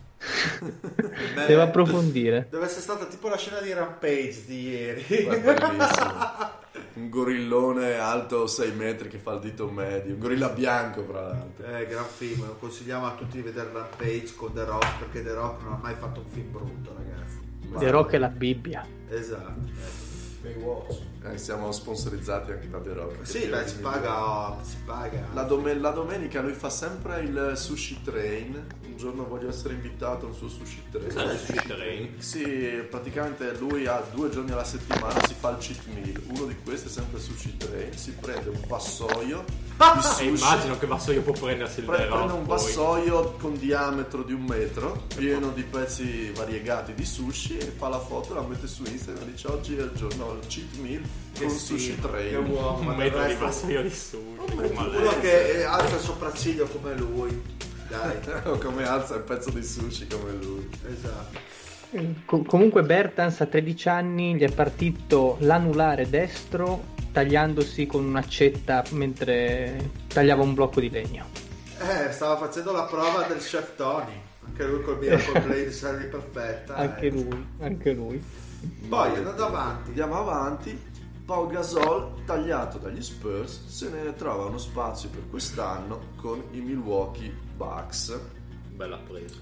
Devo approfondire. Deve essere stata tipo la scena di Rampage di ieri. Bellissimo. Un gorillone alto 6 metri che fa il dito medio, un gorilla bianco fra l'altro. Gran film, lo consigliamo a tutti di vedere Rampage con The Rock, perché The Rock non ha mai fatto un film brutto, ragazzi. The Rock è la Bibbia. Esatto. Siamo sponsorizzati anche da The Rock. Sì, beh, si paga. La domenica lui fa sempre il sushi train. Un giorno voglio essere invitato al suo sushi train. Cos'è il sushi train? Sì, praticamente lui ha 2 giorni alla settimana, si fa il cheat meal. Uno di questi è sempre il sushi train. Si prende un vassoio di sushi. E immagino che vassoio può prendersi il The Rock. Prende un vassoio con diametro di 1 metro, pieno di pezzi variegati di sushi, e fa la foto, la mette su Instagram e dice: oggi è il giorno il cheat meal con sushi train. Che uomo, un metro di vassoio di sushi. Uno che alza il sopracciglio come lui. Dai. Come alza il pezzo di sushi come lui. Esatto. Comunque Bertans a 13 anni gli è partito l'anulare destro tagliandosi con un'accetta mentre tagliava un blocco di legno. Stava facendo la prova del chef Tony. Anche lui col Miracle Blade sarà perfetta. Anche lui. Poi andiamo avanti. Pau Gasol, tagliato dagli Spurs, se ne trova uno spazio per quest'anno con i Milwaukee Bucks. Bella presa.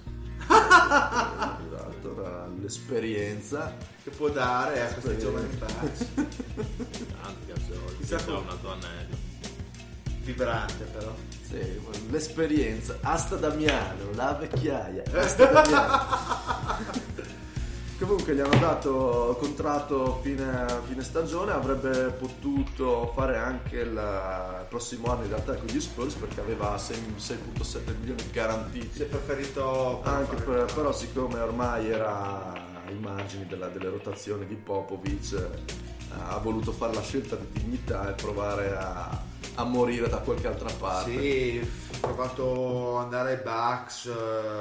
Esatto, l'esperienza che può dare a questi giovani Bucks. Tanti Gasol, sembra un altro anello. Vibrante però. Sì, l'esperienza. Asta Damiano, la vecchiaia. Asta Damiano. Comunque gli hanno dato contratto fine stagione, avrebbe potuto fare anche il prossimo anno in realtà con gli Spurs perché aveva 6,7 milioni garantiti. Si è preferito anche però siccome ormai era ai margini delle rotazioni di Popovic, ha voluto fare la scelta di dignità e provare a morire da qualche altra parte. Sì, ha provato ad andare ai Bucks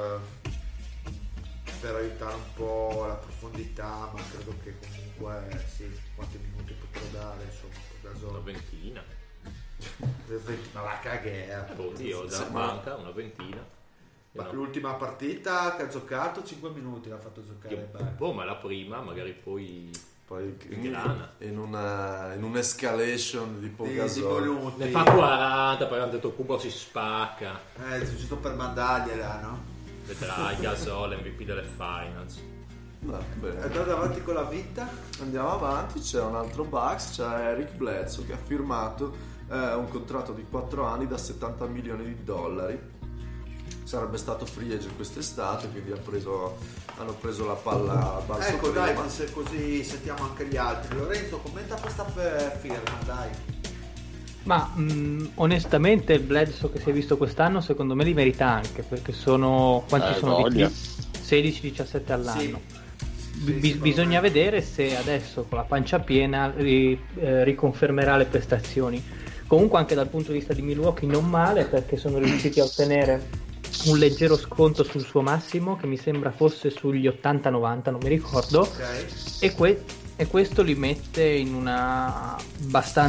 per aiutare un po' la profondità, ma credo che comunque sì, quanti minuti potrò dare, insomma, una ventina. Ma la caghera. Oddio, da banca una ventina. Ma l'ultima partita che ha giocato 5 minuti l'ha fatto giocare. Ma la prima magari poi in un'escalation di Pau Gasol ne fa 40, poi hanno detto Cubo si spacca. Giusto per mandargliela, no? Vedrai Gasol MVP delle finals. Andando avanti con la vita. Andiamo avanti, c'è un altro Bucks, c'è Eric Bledsoe che ha firmato un contratto di 4 anni da 70 milioni di dollari. Sarebbe stato free agent quest'estate, quindi hanno preso la palla a balzo ecco prima. Dai, se così sentiamo anche gli altri. Lorenzo, commenta questa firma, dai. Ma onestamente il Bledsoe che si è visto quest'anno secondo me li merita anche, perché sono quanti sono di 16-17 all'anno. Sì, bisogna vedere se adesso con la pancia piena riconfermerà le prestazioni. Comunque anche dal punto di vista di Milwaukee non male, perché sono riusciti a ottenere un leggero sconto sul suo massimo che mi sembra fosse sugli 80-90, non mi ricordo. E questo li mette in una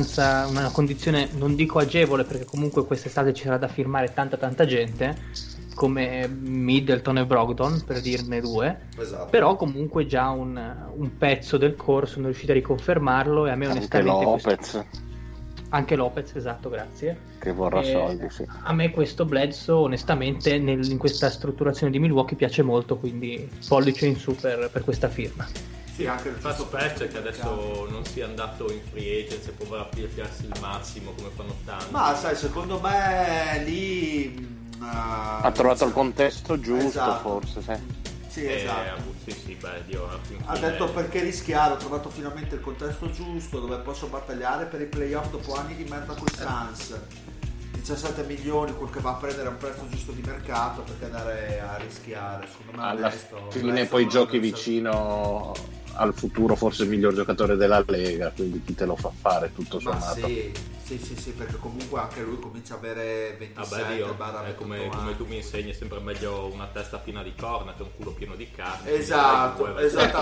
condizione, non dico agevole perché comunque quest'estate ci sarà da firmare tanta gente, come Middleton e Brogdon, per dirne due. Esatto. Però comunque già un pezzo del core sono riusciti a riconfermarlo, e a me onestamente anche Lopez, esatto, grazie, che vorrà soldi, sì. A me questo Bledsoe onestamente in questa strutturazione di Milwaukee piace molto, quindi pollice in su per questa firma. Sì, anche il fatto specie che adesso non sia andato in free agency e potrà pigliarsi il massimo come fanno tanti. Ma sai, secondo me lì ha trovato il contesto giusto, esatto. Forse sì. Sì, esatto. Ha detto perché rischiare, ho trovato finalmente il contesto giusto dove posso battagliare per i playoff dopo anni di merda con i Suns. 17 milioni, quel che va a prendere a un prezzo giusto di mercato, perché andare a rischiare, secondo me alla fine poi giochi vicino al futuro forse il miglior giocatore della Lega, quindi chi te lo fa fare tutto sommato. Sì, perché comunque anche lui comincia a avere 27 come tu mi insegni, è sempre meglio una testa piena di corna che un culo pieno di carne. Esatto,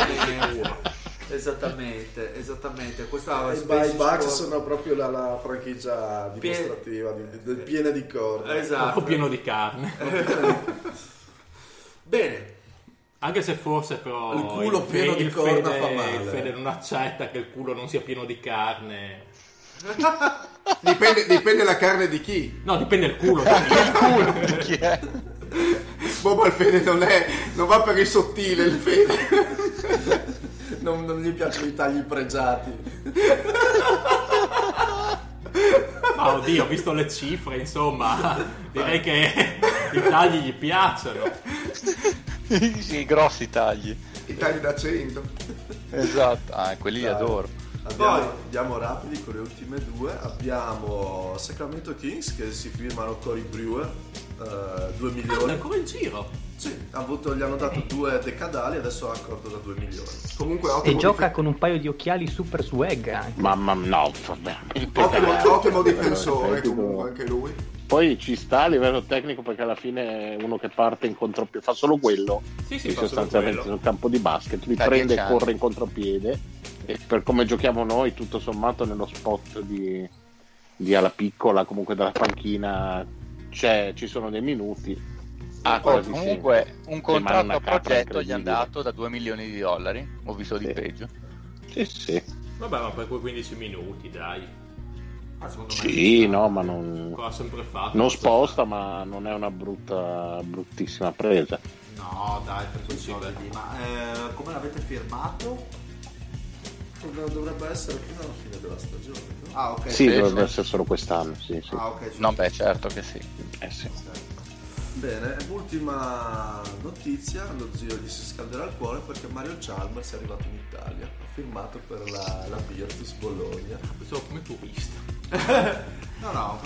esattamente. Questa i Bucks sono proprio la franchigia dimostrativa piena di corna. Esatto. O pieno di carne. Bene. Anche se forse però il culo pieno di corna fa male. Il Fede non accetta che il culo non sia pieno di carne. Dipende la carne di chi? No, dipende il culo. Di chi è? Ma il Fede non va per il sottile, il Fede. Non gli piacciono i tagli pregiati. Ma oddio, ho visto le cifre, insomma, direi che i tagli gli piacciono. Sì, grossi tagli. I tagli da 100. Esatto, quelli li adoro. Andiamo rapidi con le ultime due. Abbiamo Sacramento Kings che si firmano Corey Brewer, 2 milioni. Ancora in giro? Sì, gli hanno dato 2 decadali, adesso ha accordo da 2 milioni. Comunque e gioca con un paio di occhiali super swag anche. Mamma no, vabbè. Ottimo difensore comunque anche lui. Poi ci sta a livello tecnico, perché alla fine è uno che parte in contropiede, fa solo quello. Sì, sostanzialmente nel campo di basket li prende e corre in contropiede, e per come giochiamo noi tutto sommato nello spot di alla piccola, comunque dalla panchina ci sono dei minuti. Comunque un contratto a progetto gli è andato da $2 milioni, ho visto di peggio. Sì. Vabbè, ma per quei 15 minuti dai. Sì, no, ma non sempre fatto, non sposta, ma non è una bruttissima presa. No, dai, per quei soldi. Ma come l'avete firmato? Dovrebbe essere fino alla fine della stagione, no? Ah, ok. Sì, dovrebbe essere solo quest'anno, sì. Ah, ok. No, beh, certo che sì. Sì. Bene, ultima notizia, lo zio gli si scalderà il cuore perché Mario Chalmers è arrivato in Italia, ha firmato per la Virtus Bologna. Pensavo come turista. No,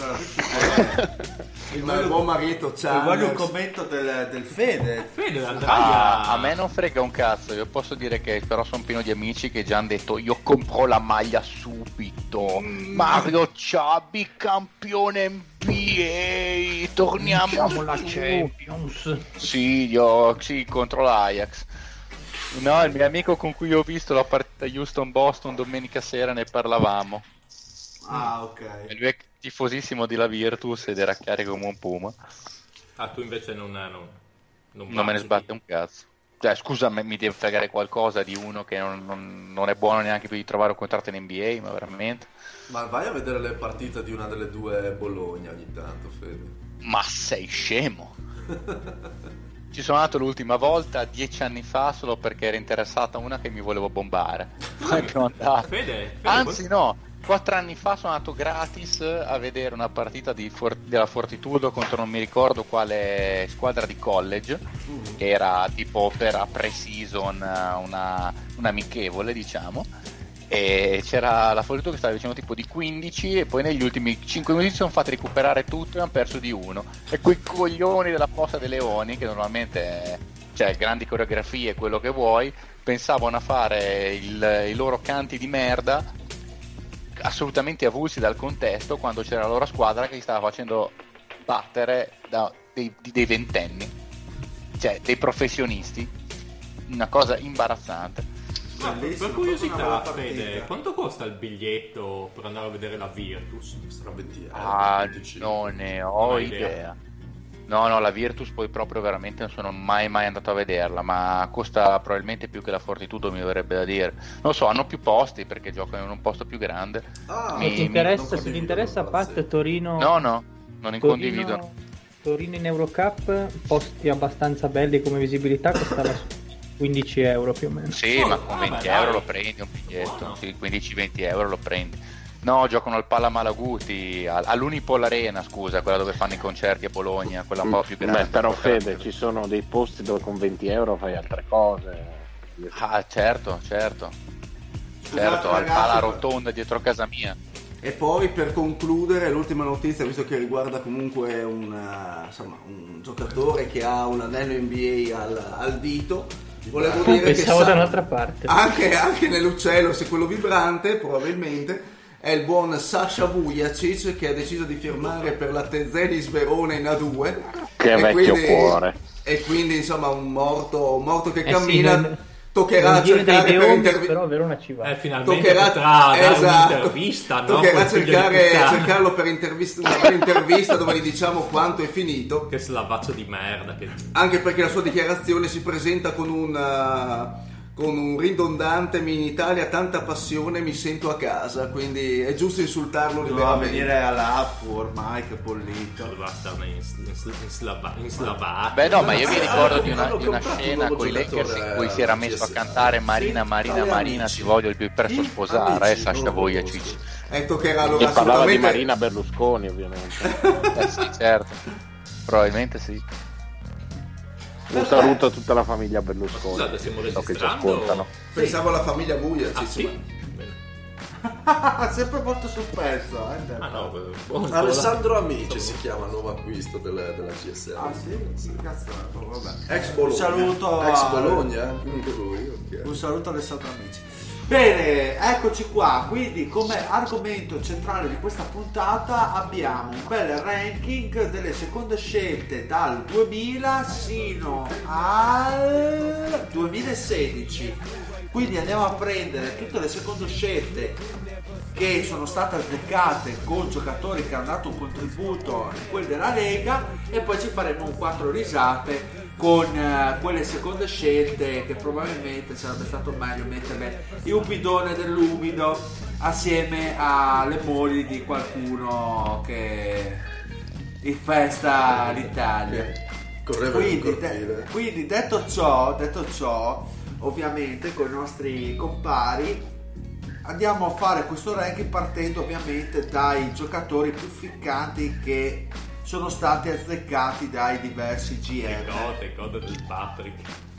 il buon Marietto Chalmers. Voglio un commento del Fede. Fede andrà a me non frega un cazzo, io posso dire che però sono pieno di amici che già hanno detto io compro la maglia subito. Mario Ciabi campione NBA, torniamo alla Champions. Sì, contro l'Ajax. No, il mio amico con cui ho visto la partita Houston-Boston domenica sera ne parlavamo. Ah, ok. E lui è tifosissimo di la Virtus ed era carico come un puma. Ah, tu invece non me ne sbatte un cazzo. Cioè, scusa, mi deve fregare qualcosa di uno che non è buono neanche più di trovare un contratto in NBA, ma veramente. Ma vai a vedere le partite di una delle due Bologna ogni tanto, Fede. Ma sei scemo? Ci sono andato l'ultima volta 10 anni fa solo perché era interessata una che mi volevo bombare. Fede, anzi no, 4 anni fa sono andato gratis a vedere una partita della Fortitudo contro non mi ricordo quale squadra di college, che era tipo per pre-season una amichevole, diciamo, e c'era la Fortitudo che stava dicendo tipo di 15 e poi negli ultimi 5 minuti si sono fatti recuperare tutto e hanno perso di 1, e quei coglioni della Fossa dei Leoni che normalmente grandi coreografie, quello che vuoi, pensavano a fare i loro canti di merda assolutamente avulsi dal contesto, quando c'era la loro squadra che si stava facendo battere da dei ventenni, cioè dei professionisti, una cosa imbarazzante. Per curiosità, Fede, quanto costa il biglietto per andare a vedere la Virtus? Non ne ho idea. No, la Virtus poi proprio veramente non sono mai andato a vederla, ma costa probabilmente più che la Fortitudo, mi verrebbe da dire. Non so, hanno più posti perché giocano in un posto più grande. Se ti interessa Pat, Torino... No, non condividono. Torino in Eurocup, posti abbastanza belli come visibilità, costava 15 euro più o meno. Sì, ma con 20 euro lo prendi un biglietto, sì, 15-20 euro lo prendi. No, giocano al Pala Malaguti, all'Unipol Arena, scusa, quella dove fanno i concerti a Bologna, quella un po' più grande. Beh, però Fede, ci sono dei posti dove con 20 euro fai altre cose. Ah, certo, al Pala Rotonda dietro casa mia. E poi per concludere l'ultima notizia, visto che riguarda comunque un giocatore che ha un anello NBA al dito, volevo dire pensavo da un'altra parte. Anche nell'uccello, se quello vibrante probabilmente è il buon Sasha Vujacic, che ha deciso di firmare per la Tezenis Verona in A2. Che vecchio cuore. E quindi insomma un morto che cammina. Toccherà cercare per intervistare, però Verona ci va. Finalmente potrà dare un'intervista, no? Toccherà cercarlo per un'intervista dove gli diciamo quanto è finito. Che slavaccio di merda. Anche perché la sua dichiarazione si presenta con un ridondante in Italia tanta passione, mi sento a casa, quindi è giusto insultarlo liberamente. Venire all'app ormai che pollito. In Slovacchia. Beh no, ma io mi ricordo di una scena con i Lakers in cui si era messo a cantare Marina, ti voglio il più presto sposare, Sasha Vujacic. E toccherà allora assolutamente... parlava di Marina Berlusconi, ovviamente. Sì, certo, probabilmente sì. Un saluto a tutta la famiglia Berlusconi. Scusate, stiamo che ci ascoltano. Pensavo alla famiglia Vujacic. Sì? Sempre molto sul pezzo. Alessandro Amici si chiama il nuovo acquisto della CSL. Ah sì? Cazzo, vabbè. Ex Bologna. Un saluto ex Bologna, anche lui. Okay. Un saluto a Alessandro Amici. Bene, eccoci qua. Quindi come argomento centrale di questa puntata abbiamo un bel ranking delle seconde scelte dal 2000 sino al 2016. Quindi andiamo a prendere tutte le seconde scelte che sono state azzeccate con giocatori che hanno dato un contributo in quelli della Lega, e poi ci faremo un 4 risate con quelle seconde scelte che probabilmente sarebbe stato meglio metterle in un bidone dell'umido assieme alle mogli di qualcuno che infesta l'Italia. Quindi detto ciò, ovviamente con i nostri compari andiamo a fare questo ranking partendo ovviamente dai giocatori più ficcanti che sono stati azzeccati dai diversi GM. Che gode del Patrick.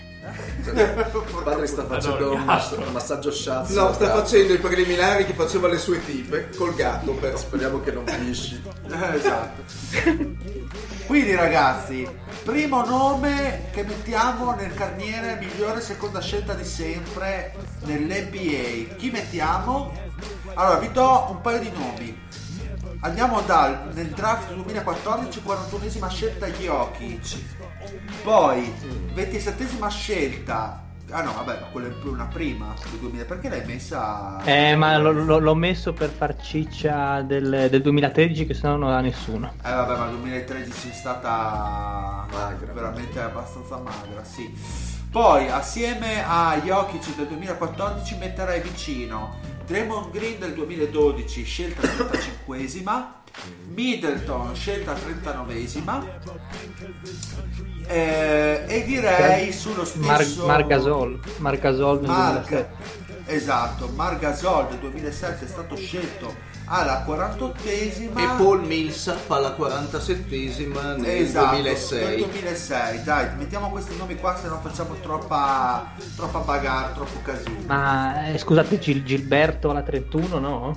Patrick sta facendo un massaggio shazz. No, sta facendo i preliminari che faceva le sue tipe col gatto, però speriamo che non finisci. Esatto. Quindi ragazzi, primo nome che mettiamo nel carniere migliore seconda scelta di sempre nell'NBA. Chi mettiamo? Allora vi do un paio di nomi. Andiamo nel draft 2014, 41esima scelta Jokic. Poi 27esima scelta. Ah no, vabbè, ma quella è una prima del 2000. Perché l'hai messa? Ma l'ho messo per far ciccia del 2013, che sennò non ha nessuno. Vabbè, ma il 2013 è stata magra, veramente abbastanza magra, sì. Poi assieme a Jokic del 2014 metterei vicino Draymond Green del 2012, scelta 35esima, Middleton, scelta 39esima, e direi sullo stesso Marc Gasol del 2007. Esatto, Marc Gasol del 2007 è stato scelto alla 48esima e Paul Millsap alla 47esima nel 2006. Nel 2006. Dai, mettiamo questi nomi qua, se no facciamo troppa bagarre, troppo casino. Ma scusate, Gilberto alla 31, no?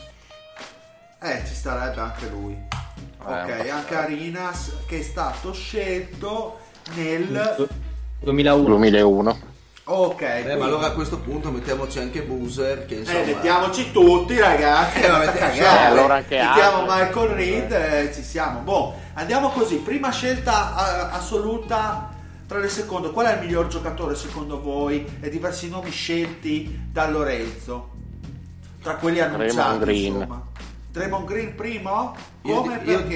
Ci starebbe anche lui. Ok, anche Arinas, che è stato scelto nel 2001. Ok, ma allora a questo punto mettiamoci anche Boozer, che insomma... mettiamoci tutti ragazzi, allora anche mettiamo Michael Reed, ci siamo. Boh, andiamo così, prima scelta assoluta tra le seconde. Qual è il miglior giocatore secondo voi? E diversi nomi scelti da Lorenzo tra quelli annunciati. Draymond Green. Insomma. Draymond Green primo? Come? Perché?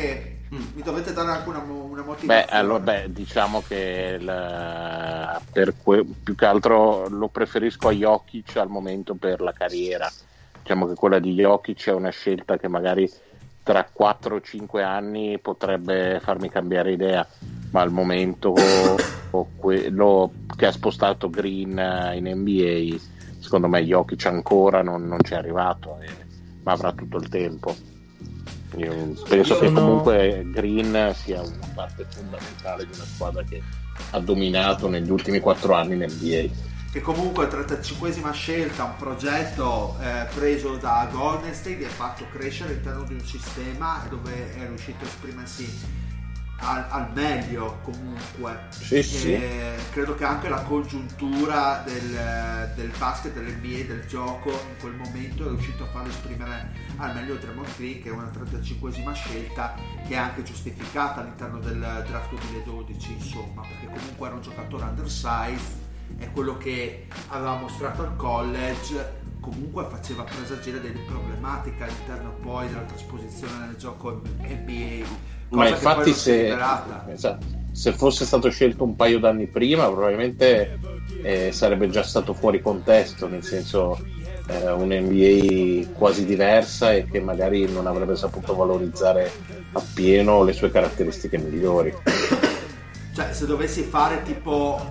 Mi dovete dare anche una motivazione. Diciamo che più che altro lo preferisco a Jokic al momento per la carriera. Diciamo che quella di Jokic è una scelta che magari tra 4 o 5 anni potrebbe farmi cambiare idea, ma al momento quello che ha spostato Green in NBA, secondo me Jokic ancora non ci è arrivato, ma avrà tutto il tempo. Io penso che comunque Green sia una parte fondamentale di una squadra che ha dominato negli ultimi 4 anni in NBA. Che comunque 35esima scelta, un progetto preso da Golden State, è fatto crescere all'interno di un sistema dove è riuscito a esprimersi al meglio comunque. Sì. Credo che anche la congiuntura del basket, dell'NBA, del gioco in quel momento è riuscito a farlo esprimere al meglio Draymond Green, che è una 35esima scelta che è anche giustificata all'interno del draft 2012, insomma, perché comunque era un giocatore undersized e quello che aveva mostrato al college comunque faceva presagire delle problematiche all'interno poi della trasposizione nel gioco NBA. Ma infatti se fosse stato scelto un paio d'anni prima probabilmente sarebbe già stato fuori contesto, nel senso un NBA quasi diversa e che magari non avrebbe saputo valorizzare appieno le sue caratteristiche migliori. Cioè, se dovessi fare tipo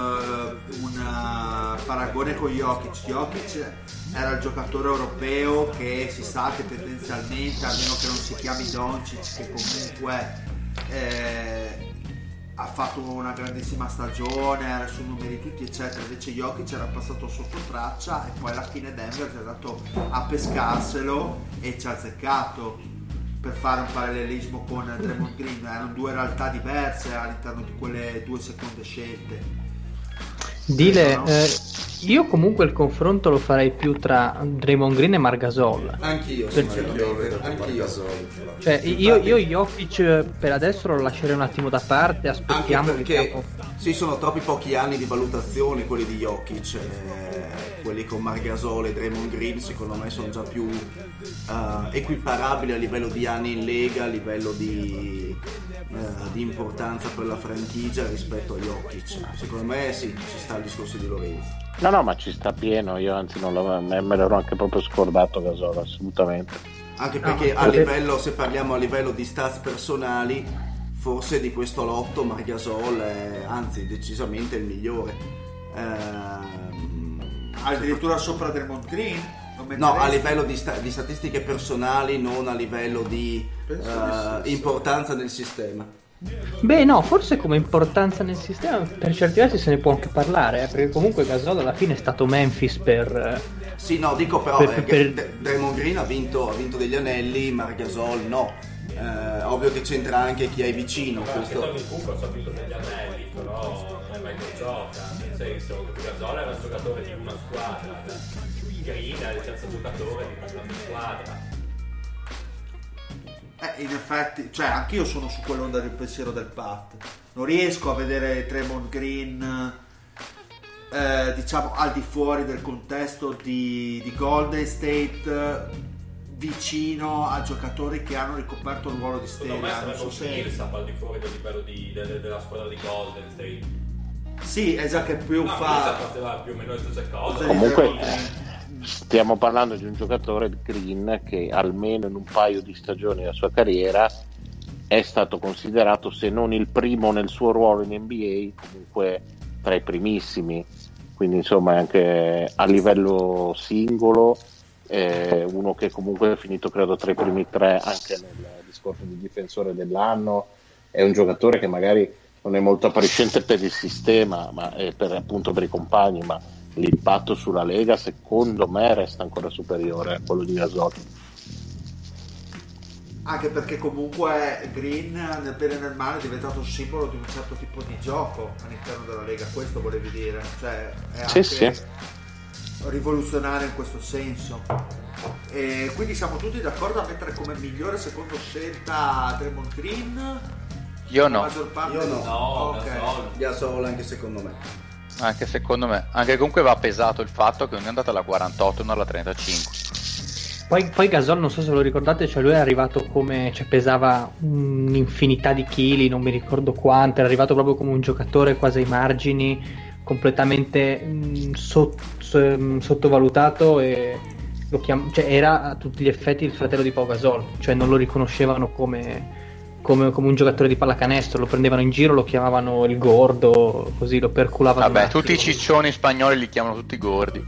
un paragone con Jokic era il giocatore europeo che si sa che tendenzialmente, almeno che non si chiami Doncic, che comunque ha fatto una grandissima stagione, era sui numeri tutti eccetera, invece Jokic era passato sotto traccia e poi alla fine Denver ci è andato a pescarselo e ci ha azzeccato. Per fare un parallelismo con Draymond Green, erano due realtà diverse all'interno di quelle due seconde scelte. Io comunque il confronto lo farei più tra Draymond Green e Marc Gasol. Anch'io. Cioè, io Jokic per adesso lo lascerei un attimo da parte, aspettiamo perché sì, sono troppi pochi anni di valutazione quelli di Jokic, quelli con Marc Gasol e Draymond Green secondo me sono già più equiparabili a livello di anni in lega, a livello di importanza per la franchigia rispetto a Jokic. Secondo me sì, ci sta il discorso di Lorenzo. No, ma ci sta pieno, io anzi me l'ero anche proprio scordato Gasol, assolutamente. Anche perché a livello, se parliamo a livello di stats personali, forse di questo lotto Marc Gasol è anzi decisamente il migliore. Addirittura sopra Draymond Green? No, a livello di statistiche personali, non a livello di importanza nel sistema. Beh no, forse come importanza nel sistema per certi versi se ne può anche parlare, perché comunque Gasol alla fine è stato Memphis per... Sì, no, dico però Draymond Green ha vinto degli anelli, Marc Gasol no. Ovvio che c'entra anche chi hai vicino. Tony Kukoc ha vinto degli anelli, però non è mai che gioca, nel senso che Gasol era un giocatore di una squadra, Green è il terzo giocatore di una squadra. In effetti, cioè anch'io sono su quell'onda del pensiero del Pat. Non riesco a vedere Draymond Green diciamo al di fuori del contesto di Golden State, vicino a giocatori che hanno ricoperto il ruolo di stella. Non so se Millsap al di fuori del livello della squadra di Golden State. Sì, è già che più fa più o meno le stesse cose. Comunque stiamo parlando di un giocatore Green che almeno in un paio di stagioni della sua carriera è stato considerato, se non il primo nel suo ruolo in NBA, comunque tra i primissimi, quindi insomma anche a livello singolo uno che comunque è finito credo tra i primi 3 anche nel discorso di difensore dell'anno. È un giocatore che magari non è molto appariscente per il sistema, ma appunto per i compagni, ma l'impatto sulla Lega secondo me resta ancora superiore a quello di Gasol, anche perché comunque Green nel bene e nel male è diventato simbolo di un certo tipo di gioco all'interno della Lega, questo volevi dire, cioè è anche rivoluzionario in questo senso. E quindi siamo tutti d'accordo a mettere come migliore seconda scelta Draymond Green? Io no. Ok. Gasol anche secondo me. Anche secondo me, anche comunque va pesato il fatto che non è andata alla 48 non alla 35. Poi Gasol, non so se lo ricordate, cioè lui è arrivato come, cioè pesava un'infinità di chili, non mi ricordo quanto, era arrivato proprio come un giocatore quasi ai margini, completamente sottovalutato, e cioè era a tutti gli effetti il fratello di Pau Gasol, cioè non lo riconoscevano come un giocatore di pallacanestro, lo prendevano in giro, lo chiamavano il gordo, così lo perculavano. Vabbè, tutti i ciccioni spagnoli li chiamano tutti gordi.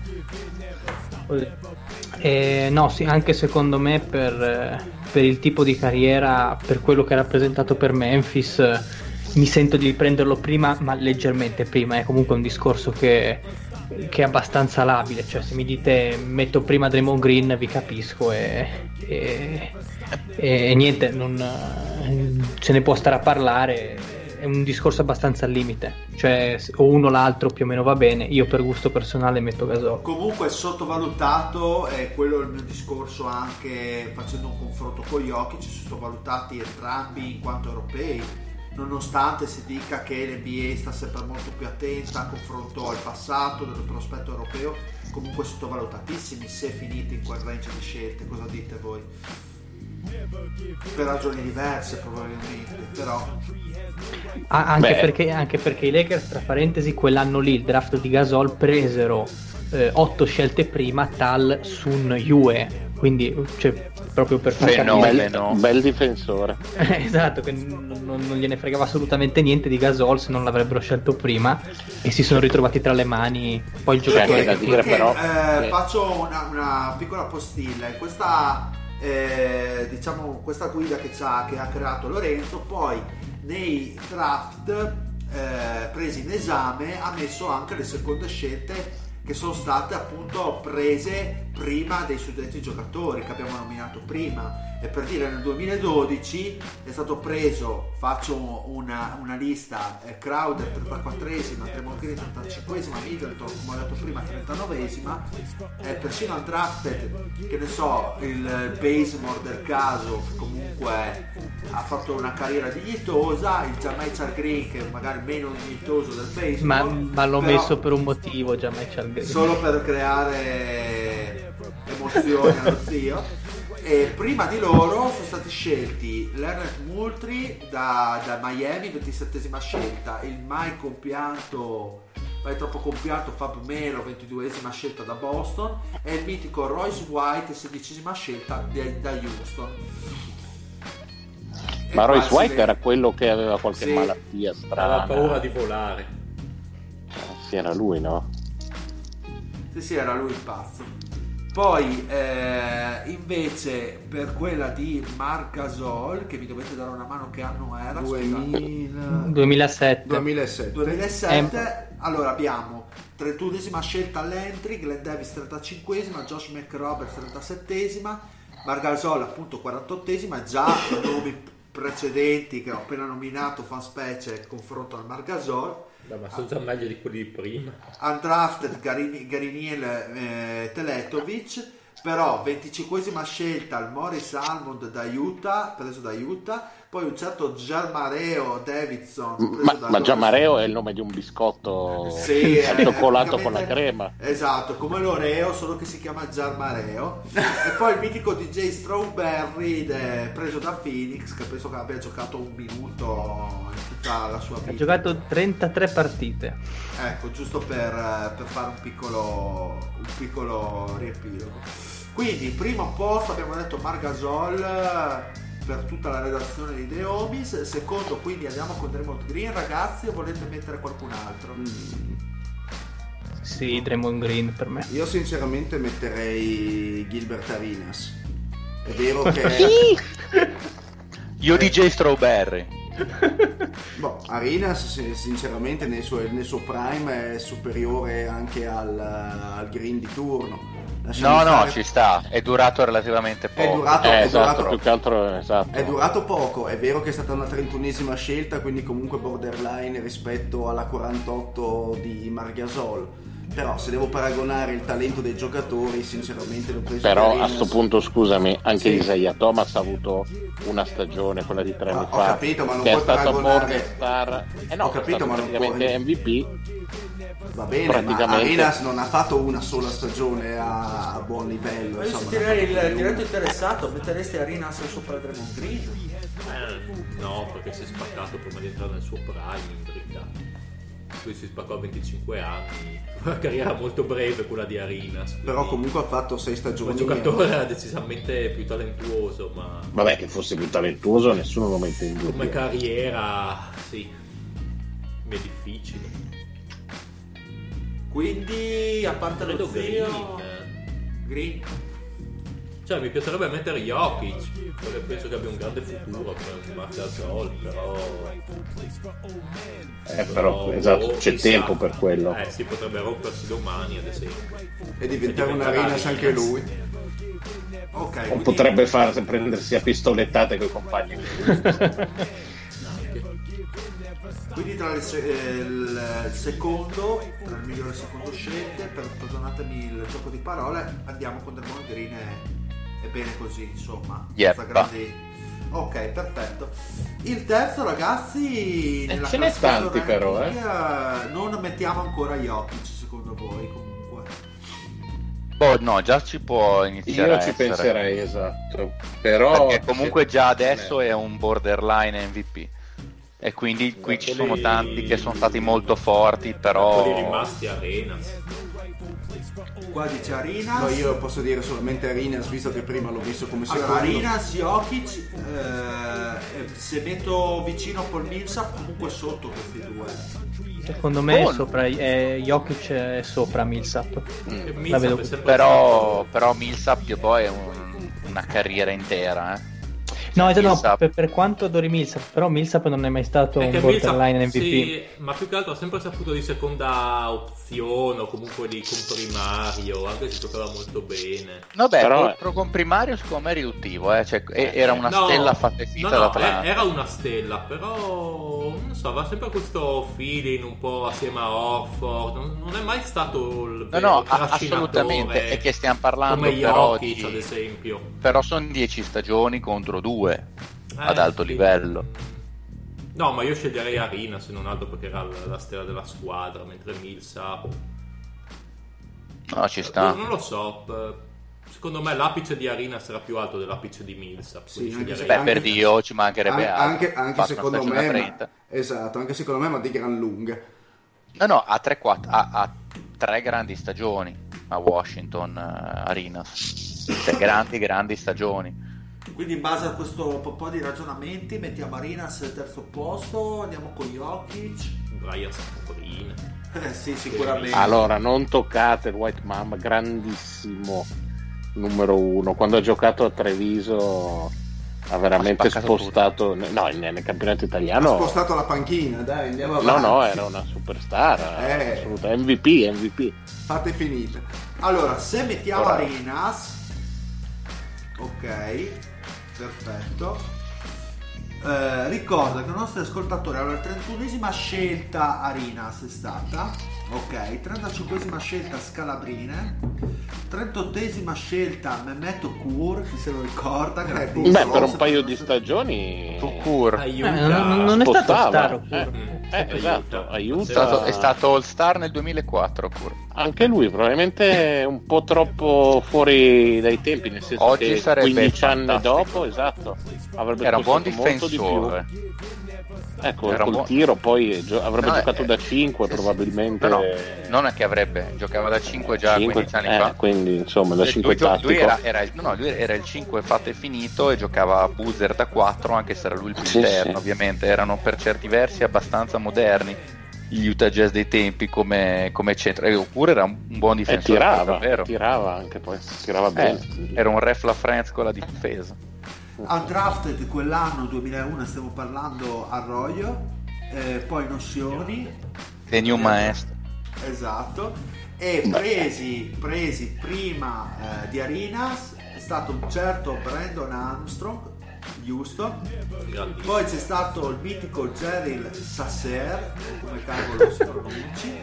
No, sì, anche secondo me per il tipo di carriera, per quello che ha rappresentato per Memphis, mi sento di prenderlo prima, ma leggermente prima. È comunque un discorso che è abbastanza labile, cioè se mi dite metto prima Draymond Green vi capisco, e niente, non se ne può stare a parlare. È un discorso abbastanza al limite, cioè o uno o l'altro più o meno va bene. Io per gusto personale metto Gasol. Comunque sottovalutato, è quello il mio discorso, anche facendo un confronto con gli Jokic, sottovalutati entrambi in quanto europei, nonostante si dica che l'NBA sta sempre molto più attenta a confronto al passato del prospetto europeo. Comunque sottovalutatissimi se finiti in quel range di scelte. Cosa dite voi? Per ragioni diverse probabilmente, però anche perché i Lakers, tra parentesi, quell'anno lì il draft di Gasol presero 8 scelte prima Tal Sun Yue, quindi cioè, proprio per far capire, bel difensore. Esatto, che non gliene fregava assolutamente niente di Gasol se non l'avrebbero scelto prima, e si sono ritrovati tra le mani poi il giocatore da dire, però faccio una piccola postilla. Diciamo questa guida che ha creato Lorenzo, poi nei draft presi in esame ha messo anche le seconde scelte che sono state appunto prese prima dei suddetti giocatori che abbiamo nominato prima. E per dire, nel 2012 è stato preso, faccio una lista, Crowder 34esima, Draymond Green 35esima, Middleton, come ho detto prima, 39esima, persino undrafted, che ne so, il Bazemore del caso, che comunque ha fatto una carriera dignitosa, il Jamaica Green, che magari meno dignitoso del Bazemore, ma l'ho messo per un motivo, Jamaica Green, solo per creare emozioni allo zio. E prima di loro sono stati scelti Leonard Moultrie da Miami, 27esima scelta, il mai troppo compianto Fab Melo, 22esima scelta da Boston, e il mitico Royce White, 16esima scelta da Houston. Ma Royce White era quello che aveva qualche malattia strana, aveva paura di volare. Sì, era lui, no? Sì, era lui il pazzo. Poi invece per quella di Marc Gasol, che mi dovete dare una mano, che anno era? 2007. Allora abbiamo 31esima scelta all'entry, Glenn Davis 35esima, Josh McRoberts 37esima, Marc Gasol appunto 48esima. Già i nomi precedenti che ho appena nominato fan specie confronto al Marc Gasol. Ma sono già meglio di quelli di prima. Undrafted Gariniel Teletovic, però 25esima scelta al Morris Almond da Utah, preso da Utah. Poi un certo Gianmareo Davidson, ma Gianmareo è il nome di un biscotto cioccolato con la crema, esatto, come l'Oreo, solo che si chiama Gianmareo. E poi il mitico DJ Strawberry preso da Phoenix, che penso che abbia giocato un minuto in tutta la sua vita. Ha giocato 33 partite, ecco, giusto per fare un piccolo riepilogo. Quindi primo posto abbiamo detto Marc Gasol per tutta la redazione di The Homies. Secondo, quindi andiamo con Draymond Green, ragazzi, o volete mettere qualcun altro? Sì, Draymond Green per me. Io sinceramente metterei Gilbert Arenas. È vero che io DJ Strawberry. Arenas sinceramente nel suo prime è superiore anche al Green di turno. No, ci sta, è durato relativamente poco. È durato poco. È vero che è stata una 31esima scelta, quindi comunque borderline rispetto alla 48 di Marc Gasol. Però se devo paragonare il talento dei giocatori, sinceramente l'ho preso. Però a sto punto, scusami, anche Isaiah Thomas ha avuto una stagione, quella di 3 anni fa, capito, ma non che puoi è stato paragonare. Border Star. Ho capito, ma non praticamente MVP. Va bene, ma Arenas non ha fatto una sola stagione a buon livello. Ma io sentirei il diretto interessato, metteresti Arenas sopra Draymond Green? No, perché si è spaccato prima di entrare nel suo prime in verità. Lui si spaccò a 25 anni, una carriera molto breve quella di Arenas. Però comunque ha fatto 6 stagioni. Il giocatore era decisamente più talentuoso, ma... Vabbè, che fosse più talentuoso nessuno lo mette in dubbio. Come carriera, sì, mi è difficile. Quindi, a parte lo zio... Green. Cioè, mi piacerebbe mettere Jokic, perché penso che abbia un grande futuro per Marc Gasol, però esatto, c'è tempo per quello. Si potrebbe rompersi domani, ad esempio. E diventare una Arenas anche lui. Ok. O quindi... potrebbe prendersi a pistolettate coi compagni. Quindi tra il secondo, tra il migliore secondo scelte, perdonatemi il gioco di parole, andiamo con Draymond Green e bene così, insomma. Ok, perfetto. Il terzo, ragazzi, nella ce n'è tanti però, non mettiamo ancora Jokic, secondo voi, comunque? No, già ci può iniziare. Io ci penserei, esatto. Però perché comunque già adesso è un borderline MVP. E quindi qui ci sono tanti che sono stati molto forti, però quelli rimasti Arenas. Qua dice Arenas. No, io posso dire solamente Arenas, visto che prima l'ho visto come secondo. Allora, Arenas, Jokic, se metto vicino Paul Millsap, comunque sotto questi due. Secondo me è sopra, Jokic è sopra Millsap. Però Millsap poi è una carriera intera, No, esatto, per quanto adori Millsap, però Millsap non è mai stato un borderline MVP. Sì, ma più che altro ha sempre saputo di seconda opzione o comunque di comprimario, anche se giocava molto bene. Vabbè, però pro comprimario secondo me è riduttivo, cioè, era una stella fatta e finta d'Atlanta. Era una stella, però non so, aveva sempre questo feeling un po' assieme a Horford, non è mai stato il vero assolutamente, è che stiamo parlando come Jokic, ad esempio. Però sono 10 stagioni contro 2 ad alto livello. No, ma io sceglierei Arenas se non altro perché era la stella della squadra, mentre Millsap ci sta. Non lo so, secondo me l'apice di Arenas era più alto dell'apice di Millsap. Per Dio, ci mancherebbe anche secondo me, esatto, anche secondo me, ma di gran lunga. No, ha 3 grandi stagioni a Washington, Arenas, 3 grandi stagioni. Quindi in base a questo po' di ragionamenti mettiamo Arenas al terzo posto, andiamo con Jokic, Brian Saporin. Sì, sicuramente. Allora, non toccate il White Mamba, grandissimo numero 1. Quando ha giocato a Treviso ha veramente spostato tutto. No, nel campionato italiano ha spostato la panchina, dai, andiamo avanti. No, era una superstar, assoluta. MVP. Fate finita. Allora, se mettiamo Arenas, ok, perfetto. Ricorda che i nostri ascoltatori, allora, 31esima scelta Arenas è stata, ok, 35esima scelta Scalabrine, 38esima scelta Mehmet Okur, chi se lo ricorda, per un paio di stagioni Okur non è stato star Okur. Esatto, aiuta. È stato All Star nel 2004 Okur. Anche lui probabilmente un po' troppo fuori dai tempi, nel senso oggi che 15 anni dopo, esatto, avrebbe era un buon difensore. Ecco, col tiro poi avrebbe giocato da 5 probabilmente. No, non è che avrebbe, giocava da 5 già 15 anni fa. Quindi insomma da 5 tattico. Lui era il 5 fatto e finito e giocava a buzzer da 4, anche se era lui il più interno, ovviamente. Erano per certi versi abbastanza moderni gli Utah Jazz dei tempi come centro, oppure era un buon difensore. Tirava anche poi, tirava bene. Era un ref la France con la difesa. Undrafted quell'anno 2001, stiamo parlando Arroyo, poi Nozioni, The New Maestro, esatto, e presi prima di Arenas è stato un certo Brandon Armstrong, Houston, poi c'è stato il mitico Jerry Sasser, come cavolo si pronunci,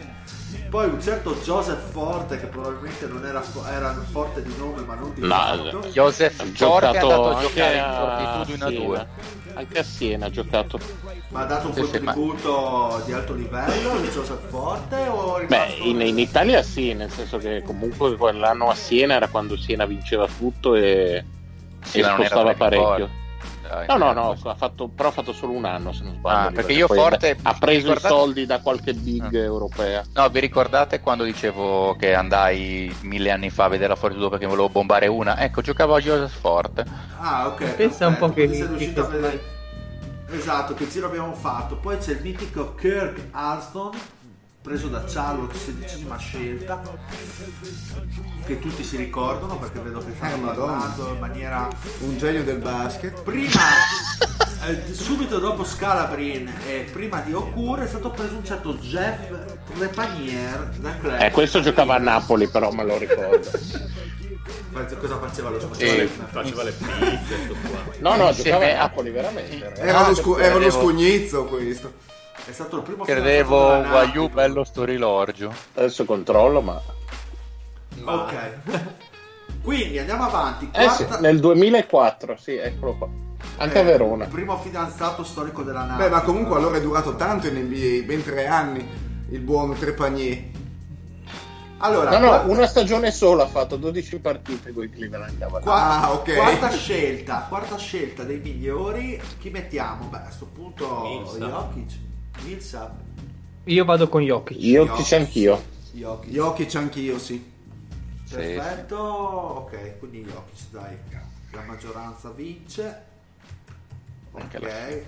Poi un certo Joseph Forte, che probabilmente non era forte di nome ma non di fatto. Joseph Forte è andato a giocare in Fortitudo in A2. Anche a Siena ha giocato. Ma ha dato un contributo di alto livello il Joseph Forte? O in Italia sì, nel senso che comunque quell'anno a Siena era quando Siena vinceva tutto e spostava parecchio. No, ha fatto solo un anno, se non sbaglio. Perché io Forte ha preso i soldi da qualche big europea. No, vi ricordate quando dicevo che andai 1000 anni fa a vedere la Fortitudo perché volevo bombare una? Ecco, giocavo a Joseph Forte. Ah, ok. Pensa un po' che sei riuscito a vedere. Esatto, che giro abbiamo fatto. Poi c'è il mitico Kirk Alston, preso da Charlotte, 16ª scelta, che tutti si ricordano perché vedo che stanno parlando in maniera un genio del basket. Prima subito dopo Scalabrin e prima di Okur è stato preso un certo Jeff Trepanier da Club. Questo giocava a Napoli, però me lo ricordo. Cosa faceva lo spazio? Faceva le pizze. No, giocava a Napoli veramente. Era uno scugnizzo questo. È stato il primo. Credevo Guaiù bello storilorgio. Adesso controllo, ma ok. Quindi andiamo avanti. Sì, nel 2004, sì, eccolo qua. Anche a Verona. Il primo fidanzato storico della Napoli. Ma comunque allora è durato tanto in NBA, ben 3 anni, il buon Trepanier. Allora, una stagione sola ha fatto 12 partite con i Cleveland Cavaliers. Ok. Quarta scelta dei migliori. Chi mettiamo? Beh, a questo punto Jokic, Millsap. Io vado con Jokic. Jokic anch'io. Jokic anch'io, sì. Perfetto, ok, quindi Jokic, dai, la maggioranza vince. Ok.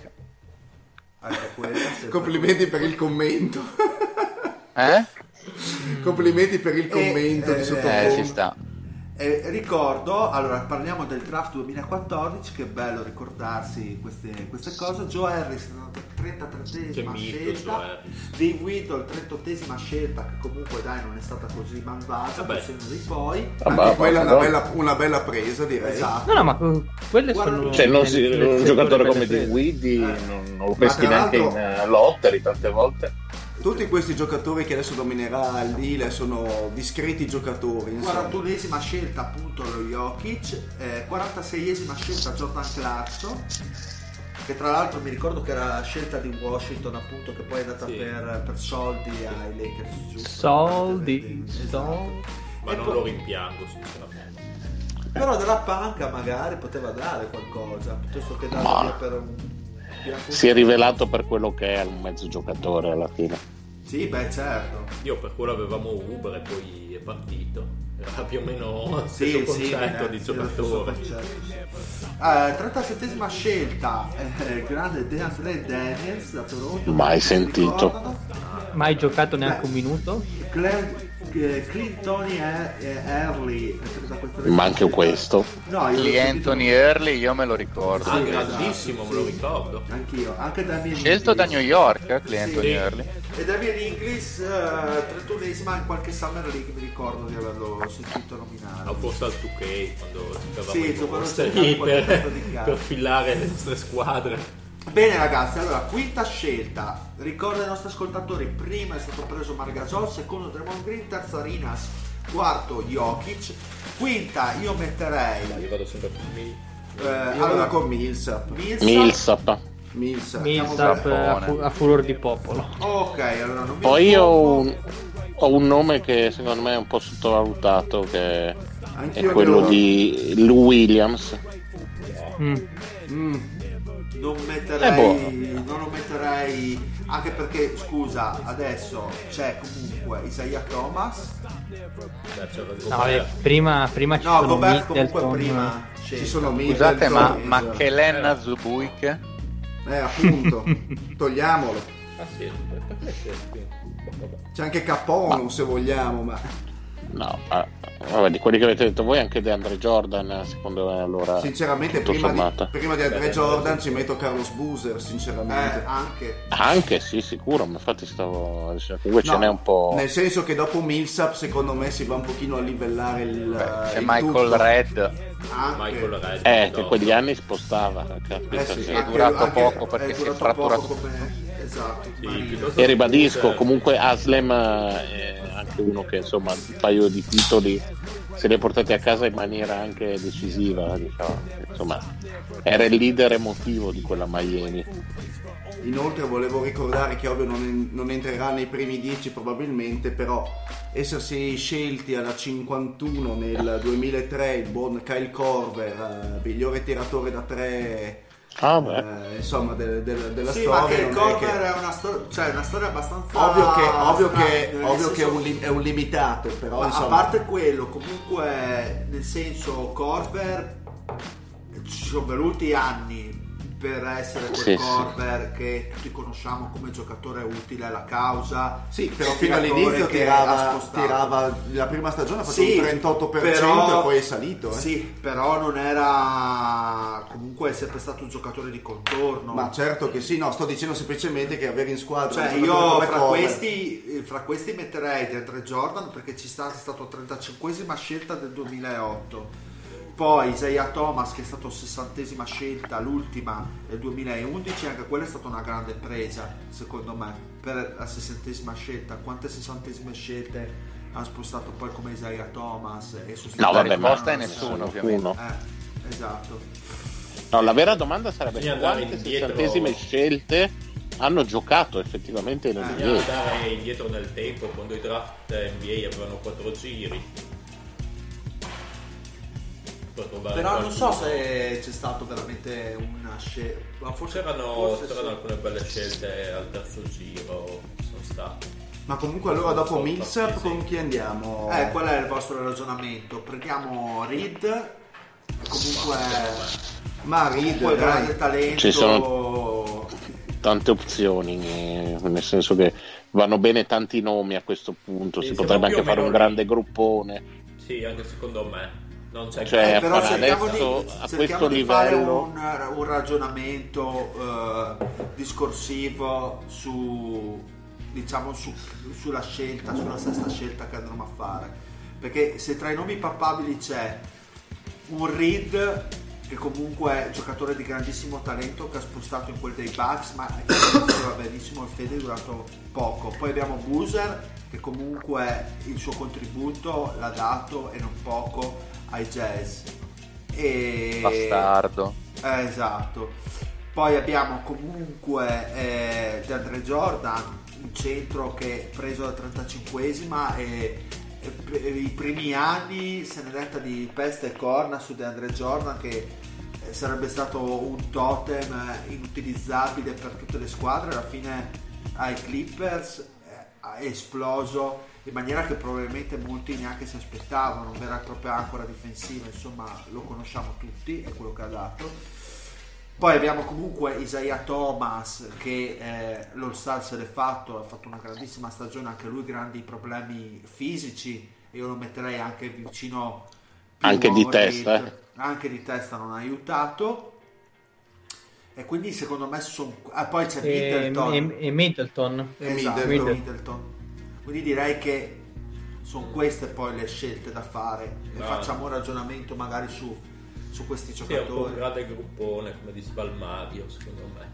Complimenti per il commento. Complimenti per il commento di sottofondo. Ci sta. Ricordo, allora parliamo del draft 2014, che è bello ricordarsi queste cose. Joe Harris 33esima scelta, Dave Whittle 38esima scelta, che comunque dai non è stata così manvata per segno dei poi. Anche quella è una bella presa, direi. Esatto. No, ma quelle sono un giocatore come Dave Whittle non lo peschi neanche in lottery tante volte. Tutti questi giocatori che adesso dominerà il Lille sono discreti giocatori. 41esima scelta appunto lo Jokic, 46esima scelta Jordan Clarkson, che tra l'altro mi ricordo che era scelta di Washington appunto, che poi è andata per soldi ai Lakers, giusto? Soldi. Ma non lo rimpiango sinceramente. Però della panca magari poteva dare qualcosa piuttosto che dare via per un... Si è rivelato per quello che è un mezzo giocatore alla fine. Sì, beh, certo. Io per quello avevamo Uber e poi è partito. Era più o meno stesso concetto di giocatore. 37esima scelta, grande DeAndre Daniels da Toronto. Mai sentito. Mai giocato neanche un minuto. Clintoni Early, ma anche questo. No, Anthony Early io me lo ricordo. Ah, grandissimo, me lo ricordo. Anch'io, anche Damien scelto Inglis. da New York, Anthony Early. E Damien Inglis 31esima in qualche Summer League, mi ricordo di averlo sentito nominare. O forse al 2K quando giocavamo per filare le nostre squadre. Bene ragazzi, allora quinta scelta, ricordo ai nostri ascoltatori, prima è stato preso Margasol, secondo Draymond Green, terza Rinas, quarto Jokic, quinta io metterei io vado sempre con allora con Millsap a furor di popolo. Ok, allora non mi poi ho un nome che secondo me è un po' sottovalutato, che è quello di Lou Williams. non lo metterei, anche perché scusa, adesso c'è comunque Isaiah Thomas. Prima ci sono prima ci sono scusate, ma Kellen Zubuik? Appunto, togliamolo. C'è anche Capone se vogliamo, ma no, vabbè, di quelli che avete detto voi anche DeAndre Jordan secondo me allora sinceramente prima di Andre Jordan ci metto Carlos Boozer, sinceramente. Anche sì, sicuro, ma infatti stavo comunque ce n'è un po', nel senso che dopo Millsap secondo me si va un pochino a livellare c'è il Michael tutto. Red che quegli anni spostava, è durato poco perché si è fratturato Esatto. Sì, e ribadisco, comunque Haslem è anche uno che insomma un paio di titoli se li ha portati a casa in maniera anche decisiva, diciamo. Insomma era il leader emotivo di quella Miami. Inoltre volevo ricordare che ovvio non entrerà nei primi 10 probabilmente, però essersi scelti alla 51 nel 2003 il buon Kyle Korver, migliore tiratore da 3 insomma della sì, storia. Ma che Korver è una storia abbastanza ovvio che è un limitato, però ma insomma, a parte quello, comunque nel senso Korver ci sono venuti anni per essere quel Korver che tutti conosciamo come giocatore utile alla causa. Sì, però fino all'inizio tirava la prima stagione ha fatto un 38% e poi è salito. Sì, però non era, comunque è sempre stato un giocatore di contorno. Ma certo che sì, no, sto dicendo semplicemente che avere in squadra, cioè io fra questi metterei DeAndre Jordan, perché ci sta stato 35esima scelta del 2008. Poi Isaiah Thomas, che è stato 60esima scelta, l'ultima del 2011, anche quella è stata una grande presa secondo me per la 60esima scelta. Quante 60esime scelte hanno spostato poi come Isaiah Thomas e no, vabbè, risposta è nessuno ovviamente. Esatto. No, la vera domanda sarebbe quante 60esime scelte hanno giocato effettivamente in NBA. Bisogna andare indietro nel tempo, quando i draft NBA avevano 4 giri. Però non so se c'è stato veramente una scelta. C'erano alcune belle scelte al terzo giro, sono state. Ma comunque allora dopo Millsap con chi andiamo? Qual è il vostro ragionamento? Prendiamo Reed, comunque Reed grande talento. Ci sono tante opzioni, nel senso che vanno bene tanti nomi a questo punto, si potrebbe anche fare un grande gruppone. Sì, anche secondo me. Non c'è però adesso a questo livello fare un ragionamento discorsivo sulla scelta, sulla sesta scelta che andremo a fare, perché se tra i nomi papabili c'è un Reed che comunque è giocatore di grandissimo talento, che ha spostato in quel dei Bucks, ma che va benissimo, il Fede è durato poco. Poi abbiamo Boozer, che comunque il suo contributo l'ha dato e non poco ai Jazz, e bastardo, esatto. Poi abbiamo comunque DeAndre Jordan, un centro che è preso alla 35esima e i primi anni se n'è detta di peste e corna su DeAndre Jordan, che sarebbe stato un totem inutilizzabile per tutte le squadre. Alla fine ai Clippers è esploso in maniera che probabilmente molti neanche si aspettavano, una vera e propria ancora difensiva, insomma lo conosciamo tutti, è quello che ha dato. Poi abbiamo comunque Isaiah Thomas, che l'All-Star se l'è fatto, ha fatto una grandissima stagione, anche lui grandi problemi fisici, io lo metterei anche vicino anche di testa, anche di testa non ha aiutato, e quindi secondo me poi c'è Middleton e Middleton. Esatto, Middleton. Quindi direi che sono queste poi le scelte da fare e facciamo un ragionamento magari su questi giocatori. Sì, è un po' un grande gruppone come di Spalmadio, secondo me.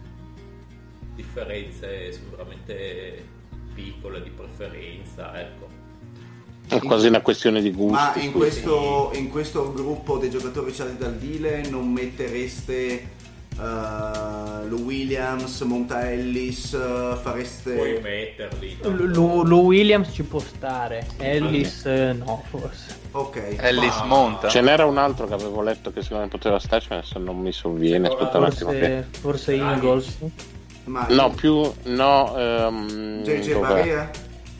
Differenze sicuramente piccole di preferenza, ecco. È quasi una questione di gusto. Ma in questo gruppo dei giocatori scelti dal Dile non mettereste Lou Williams, Monta Ellis, fareste... Puoi metterli. Lou Williams ci può stare, Ellis no, forse. Ok. Ellis Monta. Ce n'era un altro che avevo letto che secondo me poteva starci, ma adesso non mi sovviene. Aspetta un attimo. Forse Ingles. No, più no. JJ Barea?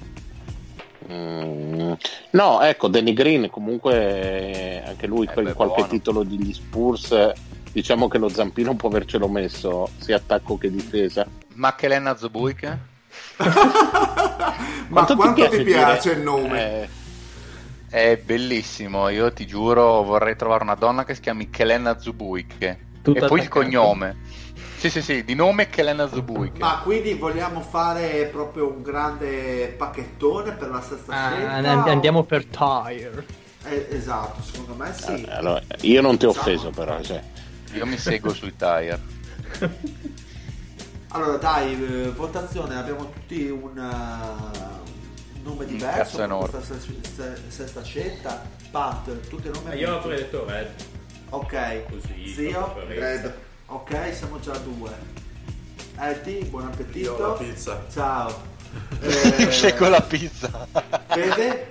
No, ecco, Danny Green comunque anche lui in qualche buono titolo degli Spurs. Diciamo che lo zampino può avercelo messo sia attacco che difesa. Ma che Lena Zubuike? Ma quanto ti piace il nome? È bellissimo, io ti giuro vorrei trovare una donna che si chiami Kelena Zubuike e poi il cognome. Sì, di nome Kelena Zubuike. Ma quindi vogliamo fare proprio un grande pacchettone per la sesta scelta? Andiamo per Tyre. Esatto, secondo me sì. Allora, io non ti ho offeso però, cioè. Io mi seguo sui tire. Allora dai, votazione, abbiamo tutti un nome diverso per questa sesta scelta. Pat, tu che nome hai? Io ho detto Red. Ok, Così, Zio? Red. Ok, siamo già a 2. Eddie, buon appetito. Io la pizza. Ciao. Scelgo la pizza. Fede?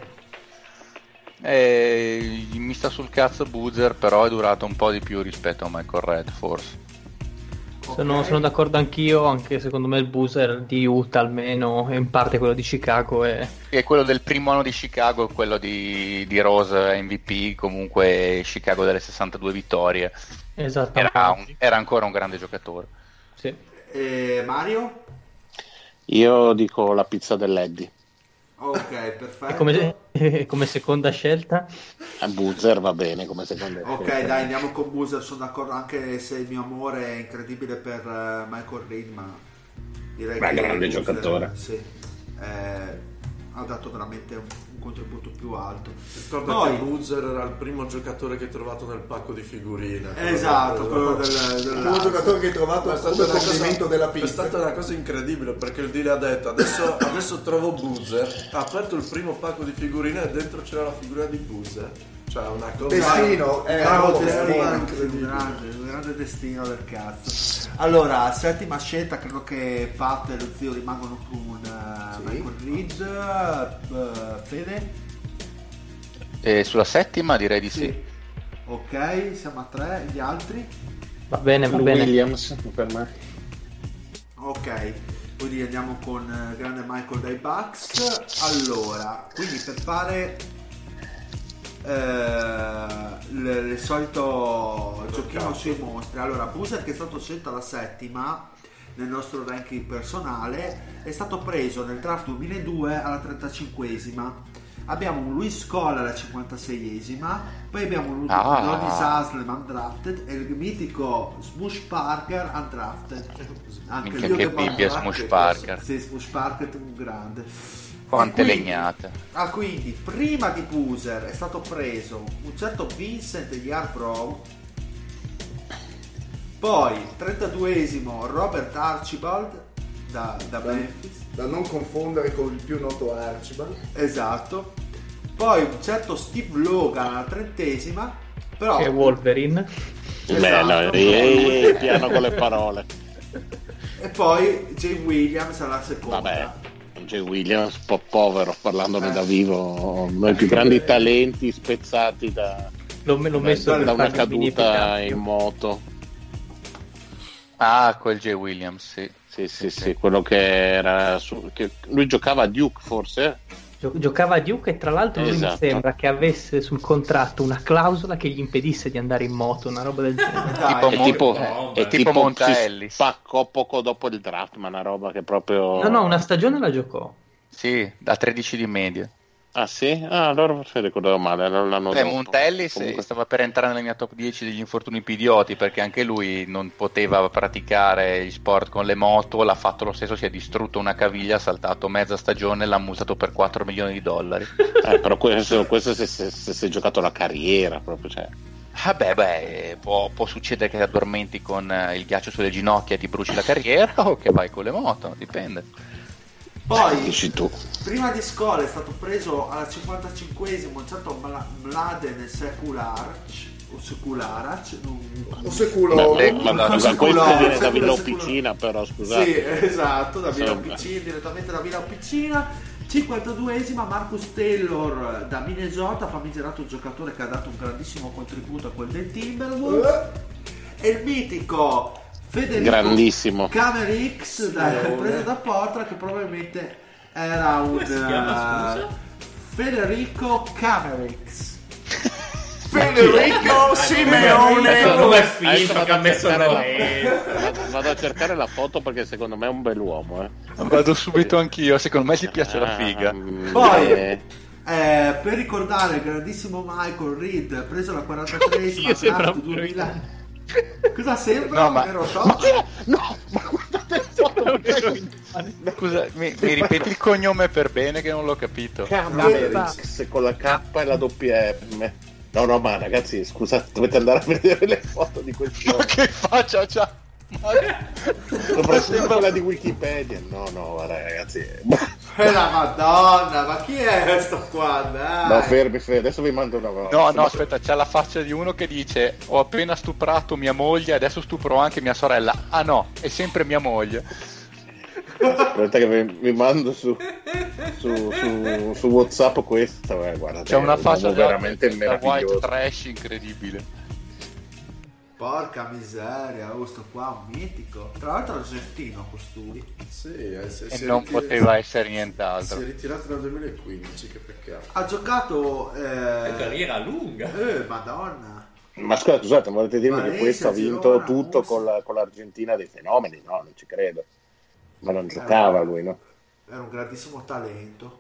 Mi sta sul cazzo Boozer, però è durato un po' di più rispetto a Michael Red, forse. Sono d'accordo anch'io, anche secondo me il buzzer di Utah almeno, e in parte quello di Chicago è quello del primo anno di Chicago, quello di Rose MVP, comunque Chicago delle 62 vittorie. Esatto. Era ancora un grande giocatore. Sì. Mario? Io dico la pizza dell'Eddie. Ok, perfetto. Come seconda scelta? Boozer va bene come seconda scelta. Ok, dai, andiamo con Boozer, sono d'accordo, anche se il mio amore è incredibile per Michael Reed, ma direi che grande Boozer, giocatore. sì, ha dato veramente un contributo più alto. Ricordo che Boozer era il primo giocatore che hai trovato nel pacco di figurine. Esatto, quello del primo giocatore che hai trovato come complimento della pizza. È stata una cosa incredibile, perché il deal ha detto adesso trovo Boozer, ha aperto il primo pacco di figurine e dentro c'era la figura di Boozer. Cioè una cosa destino, un grande destino del cazzo. Allora, settima scelta, credo che Pat e lo zio rimangono con Michael Reed. Fede? Sulla settima direi di sì. Ok, siamo a 3, gli altri? Va bene. Williams per me. Ok, quindi andiamo con grande Michael dai Bucks. Allora, quindi per fare il solito giochino sui mostri. Allora, Boozer, che è stato scelto alla settima nel nostro ranking personale, è stato preso nel draft 2002 alla 35esima. Abbiamo un Luis Scola alla 56esima, poi abbiamo un Udonis Haslem undrafted e il mitico Smush Parker undrafted. Anche che Bibbia Smush Parker. Sì, Smush Parker è un grande. Quante legnate. Quindi prima di Boozer è stato preso un certo Vincent Yarbrough, poi 32esimo Robert Archibald da Memphis, da non confondere con il più noto Archibald. Esatto. Poi un certo Steve Logan alla 30esima, però che è Wolverine. Esatto. Piano con le parole. E poi Jay Williams alla seconda. Vabbè, Jay Williams, un po' povero, parlandone da vivo, uno dei più grandi talenti spezzati l'ho messo da una caduta in moto. Quel Jay Williams, sì, quello che era che lui giocava a Duke, forse? Giocava a Duke, e tra l'altro lui Esatto. mi sembra che avesse sul contratto una clausola che gli impedisse di andare in moto, una roba del genere. tipo Monta Ellis. Spaccò poco dopo il draft, ma una roba che proprio... No, una stagione la giocò. Sì, da 13 di media. Ah sì? Allora forse ricordavo male, l'anno dopo. Montelli stava per entrare nella mia top 10 degli infortuni più idioti, perché anche lui non poteva praticare gli sport con le moto, l'ha fatto lo stesso, si è distrutto una caviglia, ha saltato mezza stagione, l'ha multato per $4 milioni. Però questo se si è giocato la carriera proprio, cioè. Può succedere che ti addormenti con il ghiaccio sulle ginocchia e ti bruci la carriera, o che vai con le moto, dipende. Poi, dici tu. Prima di scuola è stato preso alla 55esimo un certo Mladen Sekularac. Questo viene da Villa Officina, però scusate. Sì, esatto, da Villa Officina, direttamente da Villa Officina. 52esima Marcus Taylor da Minnesota, famigerato giocatore che ha dato un grandissimo contributo a quel del Timberwolves. E il mitico Federico grandissimo Cameron X preso da Portland, che probabilmente era un Federico Cameron X. Federico Simeone. Come finto che ha messo vado a cercare la foto, perché secondo me è un bell'uomo. Vado subito anch'io, secondo me gli piace la figa. Poi per ricordare il grandissimo Michael Reed, preso la 43esima draft 2000. Cosa sembra? No, ma guardate il foto. Scusa, mi ripeti il cognome per bene, che non l'ho capito. Camerix con la K e la WM. No, ma ragazzi, scusate, dovete andare a vedere le foto di quel film. Ma che faccia c'ha? Soprattutto quella di Wikipedia. No, ragazzi. La Madonna, ma chi è questo qua? Dai. No, fermi, adesso vi mando una volta. No, aspetta, c'è la faccia di uno che dice: ho appena stuprato mia moglie, adesso stupro anche mia sorella. Ah no, è sempre mia moglie. Aspetta che vi mando su WhatsApp questa, guarda. C'è una faccia veramente da meravigliosa. white trash incredibile. Porca miseria, sto qua un mitico. Tra l'altro argentino costui. Sì, E non poteva essere nient'altro. Si è ritirato nel 2015, che peccato. Ha giocato carriera lunga. Madonna. Ma scusate, volete dirmi Valencia, che questo ha vinto Girona, tutto Murcia. con l'Argentina dei fenomeni? No, non ci credo. Ma non giocava lui, no? Era un grandissimo talento.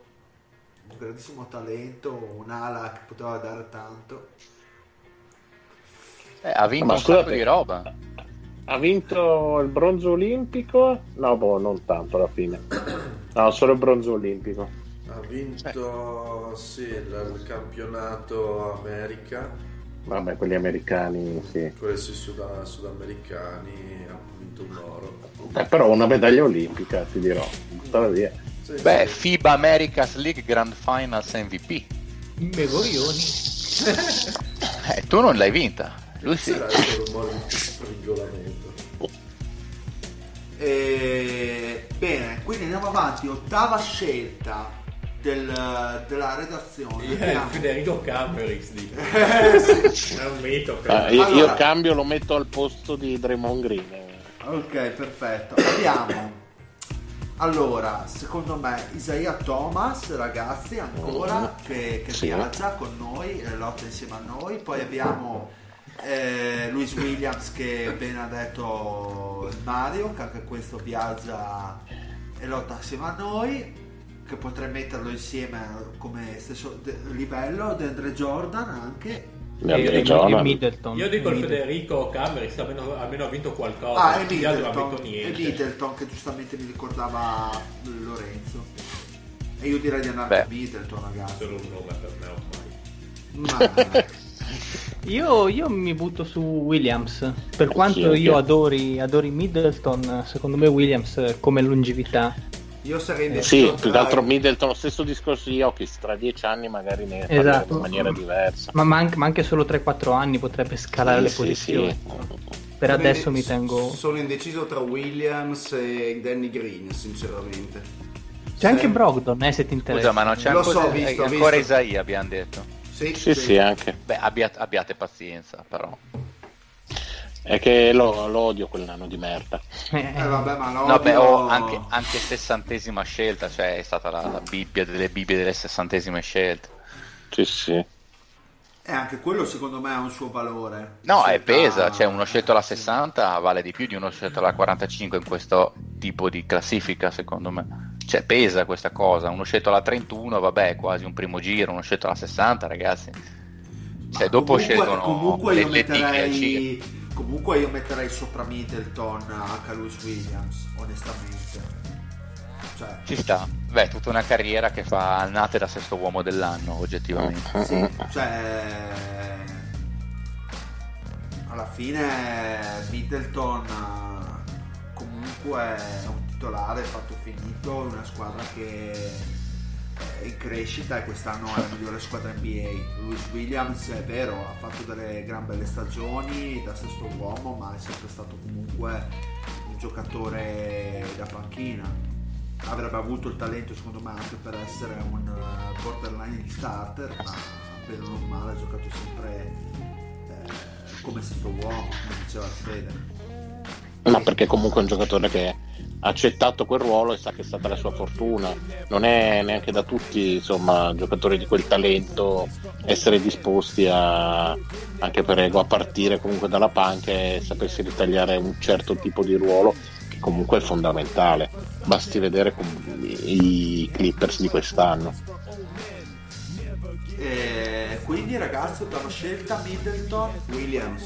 Un'ala che poteva dare tanto. Ha vinto Ma un scusate, sacco di roba. Ha vinto il bronzo olimpico? No, non tanto alla fine. No, solo il bronzo olimpico. Ha vinto il campionato America. Vabbè, quelli americani, sì. Questi sudamericani, ha vinto un oro. Però una medaglia olimpica, ti dirò. Buttala via. Sì, Beh, sì. FIBA America's League Grand Finals MVP. Megorioni. Tu non l'hai vinta. Lui sì. C'era il rumore di sfrigolamento. Bene, quindi andiamo avanti. Ottava scelta della redazione. Abbiamo- Federico Camperix Sì. è un mito. Io Allora. cambio, lo metto al posto di Draymond Green. Ok, perfetto. Abbiamo allora, secondo me, Isaiah Thomas, ragazzi, ancora che Sì. viaggia con noi, lotta insieme a noi. Poi abbiamo Luis Williams, che appena ha detto Mario, che anche questo viaggia e lotta assieme a noi, che potrei metterlo insieme come stesso livello. DeAndre Jordan anche. E Middleton. Io dico il Middleton. Federico Camperix almeno ha vinto qualcosa. E Gli altri non ha Middleton, vinto e niente. Middleton, che giustamente mi ricordava Lorenzo. E io direi di andare Beh. a Middleton, ragazzi. Solo un nome per me ormai. Ma Io mi butto su Williams. Per quanto Anch'io. io adori Middleton, secondo me Williams come longevità. io sarei Sì, indeciso più che altro Middleton, lo stesso discorso di Jokic, tra 10 anni magari ne parleremo Esatto. in maniera diversa. Ma anche solo 3-4 anni potrebbe scalare le Sì, posizioni. sì. Per adesso mi tengo. Sono indeciso tra Williams e Danny Green, sinceramente. C'è anche Brogdon, se ti interessa. Scusa, ma non c'è Lo ancora, so, visto, ancora visto. Isaia, abbiamo detto. Sì, anche. Beh, abbiate pazienza, però. È che lo odio quel nano di merda. Vabbè, ma no. No, beh, anche 60ª scelta, cioè è stata la Bibbia delle 60ème scelte. Sì. E anche quello secondo me ha un suo valore. No, è Scelta- pesa, cioè uno scelto alla 60 vale di più di uno scelto alla 45 in questo tipo di classifica, secondo me. Cioè pesa questa cosa, uno scelto alla 31, vabbè, è quasi un primo giro, uno scelto alla 60, ragazzi. Cioè dopo scelgono comunque io le tigre e il cigno. comunque io metterei sopra Middleton anche Luis Williams, onestamente. Cioè, Ci sta, beh, tutta una carriera che fa annate da sesto uomo dell'anno, oggettivamente. sì, cioè alla fine Middleton comunque è un titolare fatto finito in una squadra che è in crescita e quest'anno è la migliore squadra NBA. Luis Williams è vero, ha fatto delle gran belle stagioni da sesto uomo, ma è sempre stato comunque un giocatore da panchina. Avrebbe avuto il talento secondo me anche per essere un borderline di starter, ma bene o non male ha giocato sempre come sesto uomo, come diceva il Fede. Ma perché comunque è un giocatore che ha accettato quel ruolo e sa che è stata la sua fortuna. Non è neanche da tutti, insomma, giocatori di quel talento essere disposti anche per ego a partire comunque dalla panca e sapersi ritagliare un certo tipo di ruolo che comunque è fondamentale. Basti vedere i Clippers di quest'anno. Quindi ragazzi, ottava scelta Middleton, Williams,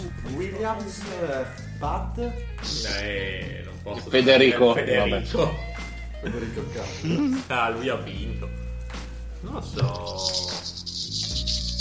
Pat, Non posso Federico. dire Federico. Federico Campo. Lui ha vinto. Non lo so.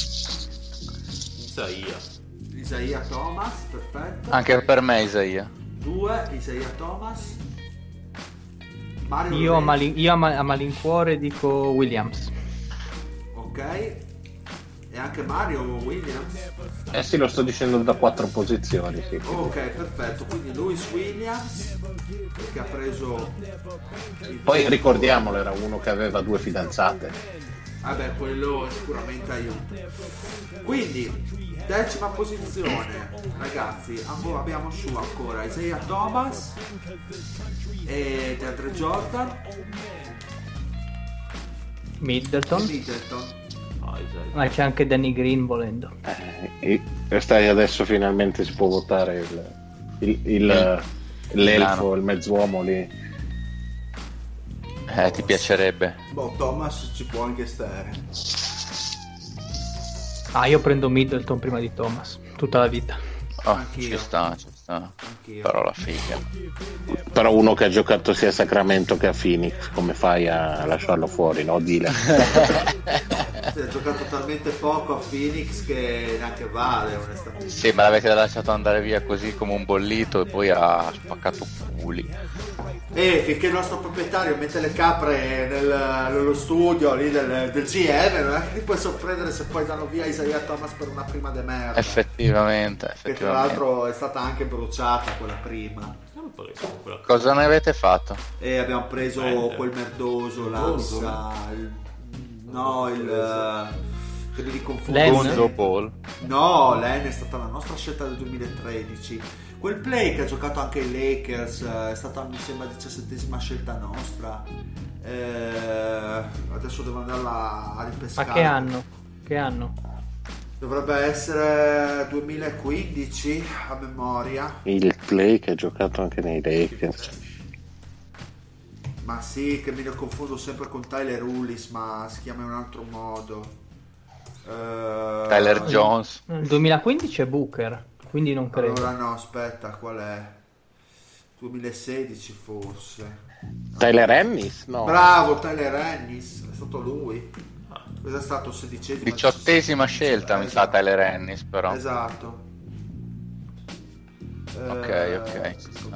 Isaiah Thomas, perfetto. Anche per me Isaia. 2 Isaiah Thomas. Mario Io a malincuore dico Williams. Ok. E anche Mario Williams? Sì, lo sto dicendo da 4 posizioni. Sì. Ok, perfetto. Quindi Lewis Williams, che ha preso... Poi ricordiamolo, era uno che aveva 2 fidanzate. Vabbè, quello sicuramente aiuta. Quindi, 10ª posizione, ragazzi. Abbiamo su ancora Isaiah Thomas e DeAndre Jordan. Middleton. Ma c'è anche Danny Green volendo. Adesso finalmente si può votare l'elfo, il mezzuomo lì. Ti piacerebbe? Boh, Thomas ci può anche stare. Io prendo Middleton prima di Thomas, tutta la vita. Ci sta. Però la figa. Però uno che ha giocato sia a Sacramento che a Phoenix, come fai a lasciarlo fuori, no? Dylan? Ha giocato talmente poco a Phoenix che neanche vale, onestamente. Sì, ma l'avete lasciato andare via così come un bollito e poi ha spaccato culi. Finché il nostro proprietario mette le capre nello studio lì del GM, non è che ti puoi sorprendere se poi danno via Isaiah Thomas per una prima de merda. Effettivamente. Che tra l'altro è stata anche bruciata quella prima. Cosa ne avete fatto? E abbiamo preso quel merdoso, l'Ansa, che mi riconfondo. Gonzo Ball. No, Len è stata la nostra scelta del 2013. Quel play che ha giocato anche i Lakers è stata, mi sembra, 17ª scelta nostra. Adesso devo andarla a ripescare. Ma che anno? Dovrebbe essere 2015 a memoria. Il play che ha giocato anche nei Lakers. Ma sì, che mi ne confondo sempre con Tyler Ulis, ma si chiama in un altro modo. Tyler Jones. 2015 è Booker, quindi non credo. Allora no, aspetta, qual è? 2016 forse. Tyler Ennis? No. Bravo, Tyler Ennis, è stato lui. Questo è stato 16ª, 18ª scelta, mi sa, Tyler Ennis, però. Esatto. Ok.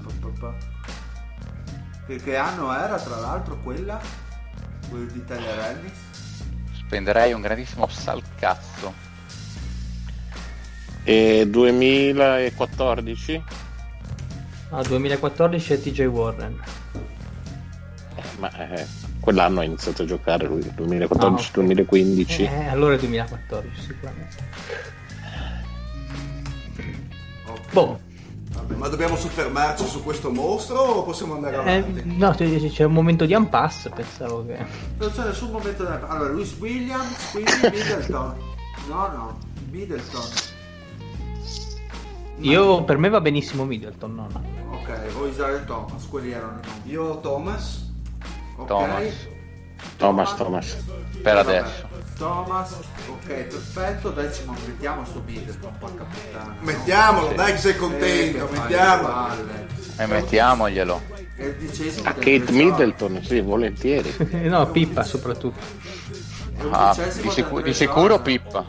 Che anno era, tra l'altro, quello di Tyler Ennis? Spenderei un grandissimo salcazzo. E 2014? 2014 è TJ Warren. Quell'anno ha iniziato a giocare lui, 2014-2015. Allora è 2014 sicuramente. Boh. Vabbè, ma dobbiamo soffermarci su questo mostro o possiamo andare avanti? No, c'è un momento di impasse, pensavo che... Non c'è nessun momento di impasse. Allora, Lewis Williams, quindi Middleton. No, Middleton. Per me va benissimo Middleton, no. Ok, o Isaiah Thomas, quelli erano i nomi. Io Thomas. Ok. Thomas. Per adesso. Thomas, ok, perfetto. Adesso mettiamo sto Middleton, porca puttana. Mettiamolo, Sì. Dai che sei contento, mettiamolo. E mettiamoglielo. È il 10º. A Kate Middleton, sì, volentieri. No, Pippa soprattutto. Di sicuro Pippa.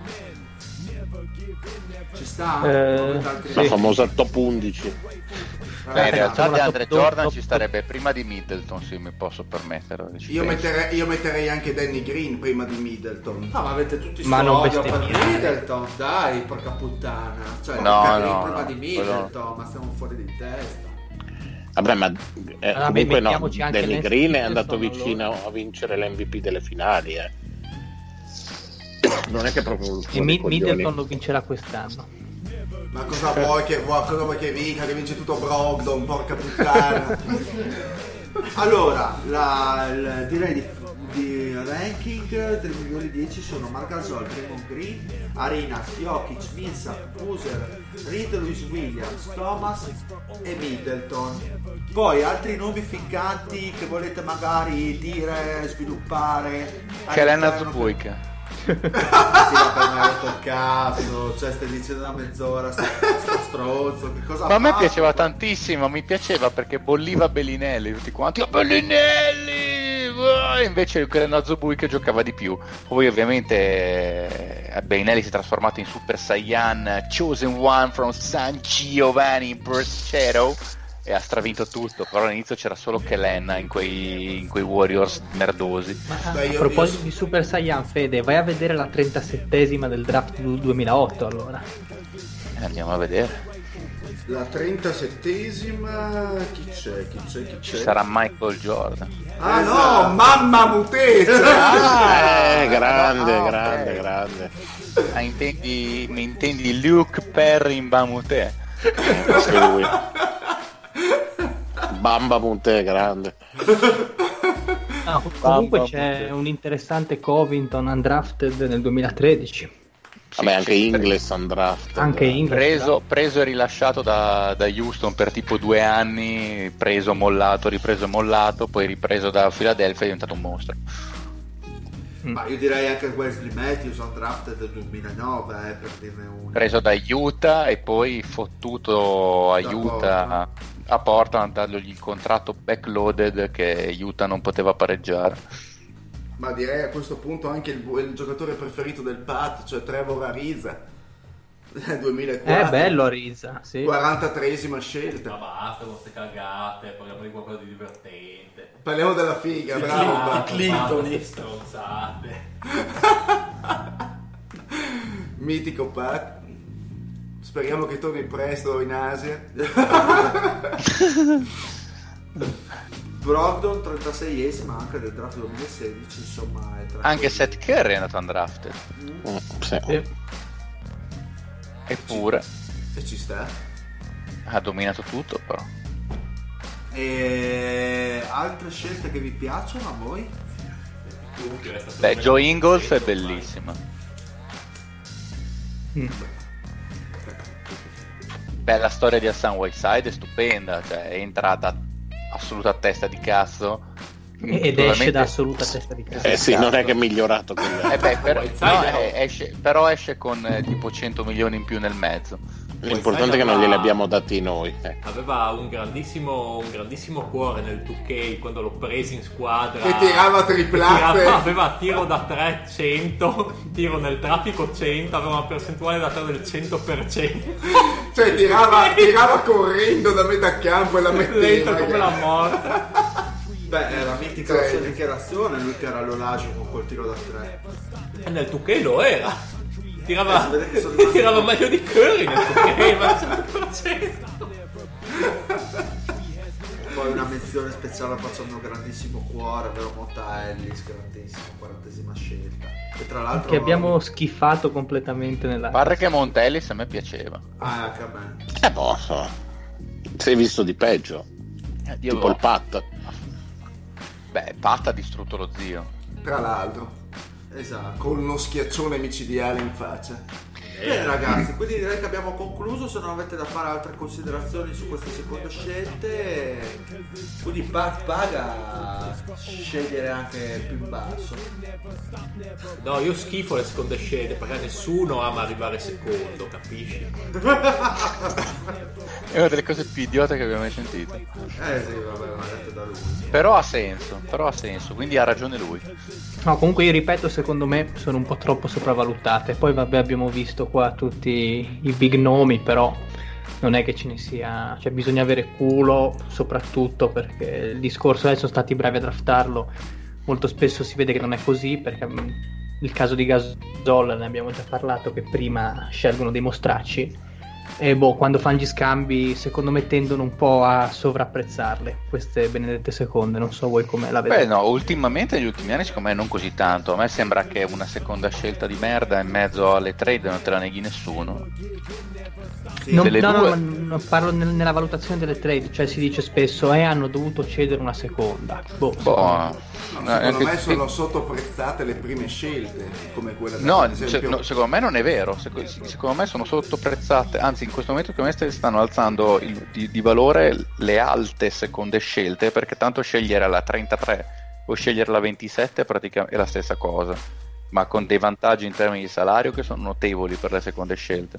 Ci sta? La famosa top 11. In realtà DeAndre Jordan ci starebbe prima di Middleton, se mi posso permettere. Io metterei anche Danny Green prima di Middleton. No, ma avete tutti Ma non odio per bestemmiare. Middleton, dai, porca puttana. Cioè, prima di Middleton, ma stiamo fuori di testa. Vabbè, ma comunque no, mettiamoci anche Danny Lance Green è Stevenson, andato vicino a vincere l'MVP delle finali, Non è che proprio E Middleton lo vincerà quest'anno. Ma cosa vuoi che vinca? Che vince tutto Brogdon, porca puttana. Allora, direi di ranking delle migliori 10 sono Marc Gasol, Draymond Green, Arenas, Jokic, Millsap, Boozer, Reed, Lewis Williams, Thomas e Middleton. Poi altri nomi ficcanti che volete magari dire, sviluppare. Kelena Zubuik. Sì, per me ha rotto il cazzo, cioè stai dicendo da mezz'ora sto stronzo, che cosa Ma a me fa? piaceva tantissimo, mi piaceva perché bolliva Bellinelli, tutti quanti, oh Bellinelli! E invece il Zubuik che giocava di più. Poi ovviamente Bellinelli si è trasformato in Super Saiyan, Chosen One from San Giovanni Borsetto, e ha stravinto tutto, però all'inizio c'era solo Kellen in quei Warriors merdosi. Ma a proposito di Super Saiyan, Fede, vai a vedere la 37esima del draft 2008 allora. Andiamo a vedere. La 37esima, chi c'è? Ci sarà Michael Jordan. Ah no, mamma mutese! Grande. Ah, mi intendi Luke Perry in Bamute? Lui. Bamba Monte, grande. Comunque c'è un interessante Covington undrafted nel 2013. Vabbè, anche Ingles undrafted. Anche Ingles preso e rilasciato da Houston per tipo 2 anni, preso, mollato, ripreso, mollato, poi ripreso da Philadelphia, è diventato un mostro. Ma io direi anche Wesley Matthews undrafted del 2009, per dirne uno. Preso da Utah e poi fottuto a Utah, a Portland, dandogli il contratto backloaded che Utah non poteva pareggiare. Ma direi a questo punto anche il giocatore preferito del Pat, cioè Trevor Ariza, 2004. È bello Ariza, sì. 43esima scelta. Ma basta con queste cagate, parliamo di qualcosa di divertente. Parliamo della figa, bravo. Clinton. Stronzate. Mitico Pat. Speriamo che torni presto in Asia. Brogdon 36esima anche del draft 2016, insomma è anche Seth Curry è andato undrafted. Sì. Eppure e ci sta, ha dominato tutto. Però e altre scelte che vi piacciono a voi? Beh, Joe Ingles è bellissima. Beh, la storia di Hassan Whiteside è stupenda, cioè è entrata assoluta testa di cazzo ed esce da assoluta testa di cazzo. Sì, non è che è migliorato però esce con tipo 100 milioni in più nel mezzo. L'importante è che non glieli abbiamo dati noi. Aveva un grandissimo cuore nel 2K quando l'ho preso in squadra. E tirava triplazze. Aveva tiro da 3 100, tiro nel traffico 100, aveva una percentuale da 3 del 100%. Cioè tirava correndo da metà campo e la metteva. Lento come la morte. Beh, è la mitica sua dichiarazione, lui che era all'Olagio con quel tiro da 3. E nel 2K lo era. Tirava meglio di Curry nel 2K, ma al 100%. Poi una menzione speciale faccio al mio grandissimo cuore, vero Monta Ellis, grandissimo, 40esima scelta. E tra l'altro che abbiamo schifato completamente nella. Pare che Monta Ellis a me piaceva. Anche a me. Sei visto di peggio. Tipo il Pat. Beh, Pat ha distrutto lo zio. Tra l'altro. Esatto. Con uno schiaccione micidiale in faccia. Bene ragazzi, quindi direi che abbiamo concluso. Se non avete da fare altre considerazioni su queste seconde scelte, quindi paga scegliere anche più in basso. No, io schifo le seconde scelte perché nessuno ama arrivare secondo, capisci? È una delle cose più idiote che abbiamo mai sentito. Sì, vabbè, l'ha detto da lui. Però ha senso, quindi ha ragione lui. No, comunque io ripeto, secondo me sono un po' troppo sopravvalutate. Poi vabbè, abbiamo visto qua tutti i big nomi, però non è che ce ne sia, cioè bisogna avere culo soprattutto, perché il discorso sono stati bravi a draftarlo, molto spesso si vede che non è così, perché il caso di Gasol ne abbiamo già parlato, che prima scelgono dei mostracci e quando fanno gli scambi secondo me tendono un po' a sovrapprezzarle queste benedette seconde. Non so voi come la vedete. Beh no, ultimamente negli ultimi anni secondo me non così tanto. A me sembra che una seconda scelta di merda in mezzo alle trade non te la neghi nessuno. No, parlo nella valutazione delle trade, cioè si dice spesso hanno dovuto cedere una seconda. Secondo me sono sottoprezzate le prime scelte, come quella secondo me non è vero. Secondo me sono sottoprezzate, anzi in questo momento secondo me stanno alzando di valore le alte seconde scelte, perché tanto scegliere la 33 o scegliere la 27 praticamente è la stessa cosa, ma con dei vantaggi in termini di salario che sono notevoli per le seconde scelte.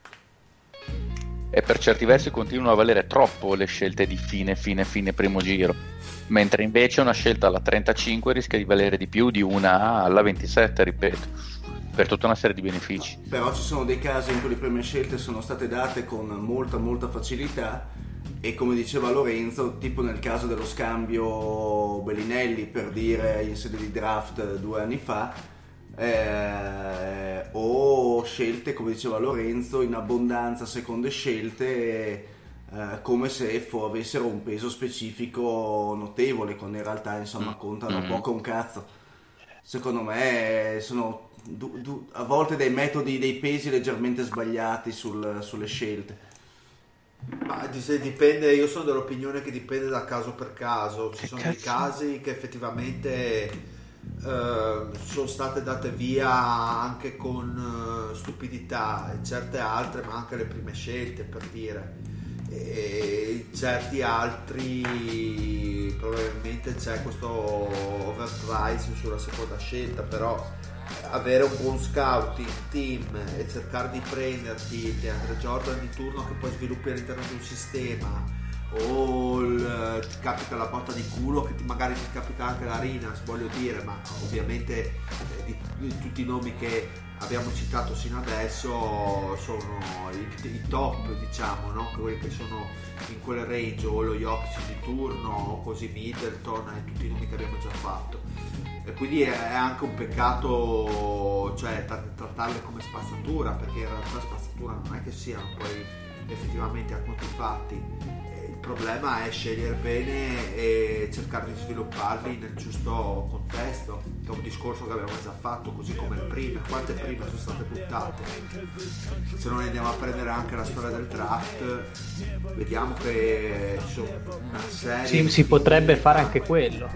E per certi versi continuano a valere troppo le scelte di fine primo giro, mentre invece una scelta alla 35 rischia di valere di più di una alla 27, ripeto, per tutta una serie di benefici. Però ci sono dei casi in cui le prime scelte sono state date con molta facilità e come diceva Lorenzo, tipo nel caso dello scambio Bellinelli, per dire, in sede di draft 2 anni fa, o scelte, come diceva Lorenzo, in abbondanza, seconde scelte, come se avessero un peso specifico notevole, quando in realtà insomma contano poco un cazzo. Secondo me sono a volte dei metodi, dei pesi leggermente sbagliati sulle scelte. Ma dipende, io sono dell'opinione che dipende da caso per caso. Ci sono dei casi che effettivamente sono state date via anche con stupidità, e certe altre, ma anche le prime scelte, per dire, e certi altri probabilmente c'è questo overprice sulla seconda scelta. Però avere un buon scouting team e cercare di prenderti DeAndre Jordan di turno che poi sviluppi all'interno di un sistema, o ti capita la botta di culo che magari ti capita anche la Rinas, voglio dire, ma ovviamente di tutti i nomi che abbiamo citato sino adesso sono i top, diciamo, no? Quelli che sono in quel range, o lo Jokic di turno, o così Middleton, e tutti i nomi che abbiamo già fatto. E quindi è anche un peccato, cioè, trattarle come spazzatura, perché in realtà spazzatura non è che siano poi effettivamente a conti fatti. Il problema è scegliere bene e cercare di svilupparli nel giusto contesto, che è un discorso che abbiamo già fatto, così come le prime. Quante prime sono state buttate? Se noi andiamo a prendere anche la storia del draft, vediamo che ci sono una serie si potrebbe fare anche quello,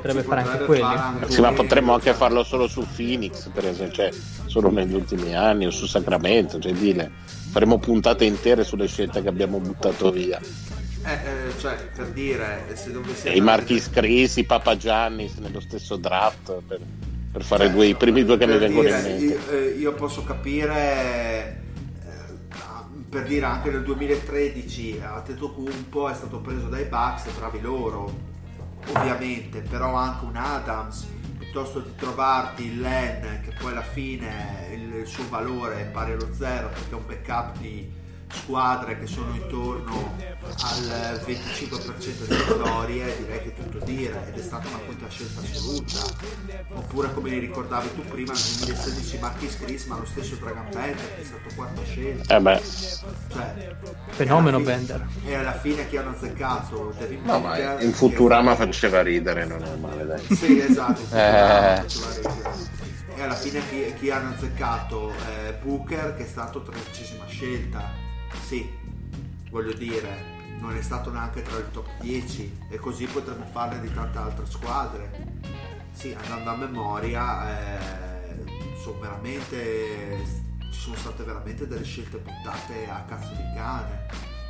sì, ma potremmo anche farlo solo su Phoenix, per esempio, cioè solo negli ultimi anni, o su Sacramento, cioè faremo puntate intere sulle scelte che abbiamo buttato via. Cioè, per dire, se dovessi i Marquis Chris, i Papa Giannis nello stesso draft, per fare i primi due che mi vengono in mente. Io posso capire, per dire, anche nel 2013 Antetokounmpo è stato preso dai Bucks, bravi loro ovviamente, però anche un Adams, piuttosto di trovarti il Len, che poi alla fine il suo valore è pari allo zero, perché è un backup di squadre che sono intorno al 25% di vittorie, direi che è tutto dire, ed è stata una quinta scelta assoluta. Oppure, come ricordavi tu prima, nel 2016 Marquis Chris, ma lo stesso Dragan Bender, che è stato quarta scelta. Cioè, fenomeno Bender. E alla fine chi hanno azzeccato? Devin No, Booker, ma in Futurama faceva ridere, non è male, dai. Sì, esatto, faceva ridere. E alla fine chi hanno azzeccato? Booker, che è stato 13ª scelta. Sì, voglio dire, non è stato neanche tra il top 10, e così potremmo farne di tante altre squadre. Sì, andando a memoria, ci sono state veramente delle scelte buttate a cazzo di cane.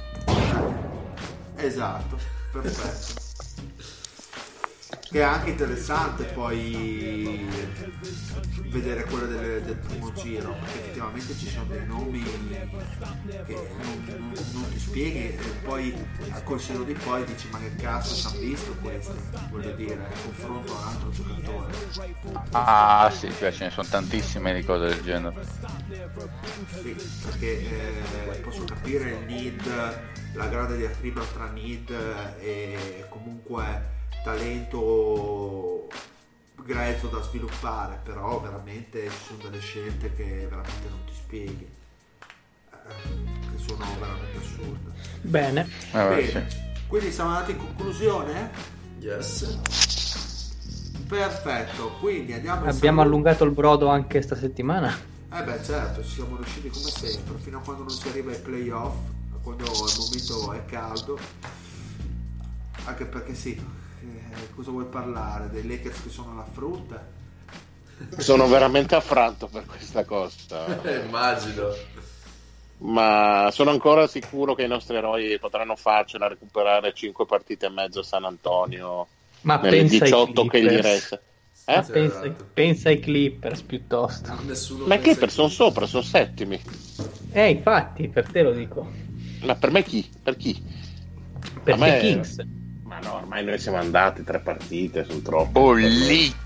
Esatto, perfetto. Che è anche interessante poi vedere quelle del primo giro, perché effettivamente ci sono dei nomi che non ti spieghi, e poi col seno di poi dici: ma che cazzo ci hanno visto questi, voglio dire, in confronto a un altro giocatore. Sì, ce ne sono tantissime di cose del genere. Sì, perché posso capire il need, la grande diatriba tra need e comunque talento grezzo da sviluppare, però veramente ci sono delle scelte che veramente non ti spieghi, che sono veramente assurde. Bene. Bene. Quindi siamo andati in conclusione? Yes. Perfetto, quindi abbiamo allungato il brodo anche sta settimana. Certo, ci siamo riusciti come sempre, fino a quando non si arriva ai playoff, quando il momento è caldo, anche perché sì. Cosa vuoi parlare? Dei Lakers che sono alla frutta? Sono veramente affranto per questa cosa. Immagino. Ma sono ancora sicuro che i nostri eroi potranno farcela recuperare 5 partite e mezzo a San Antonio, ma nelle 18 che gli resta. Pensa ai Clippers piuttosto. Ma i Clippers sono sopra, sono settimi. Infatti, per te lo dico. Ma per me chi? Per chi? Per me Kings. Ma no, ormai noi siamo andati 3 partite, sono troppo. Bolliti.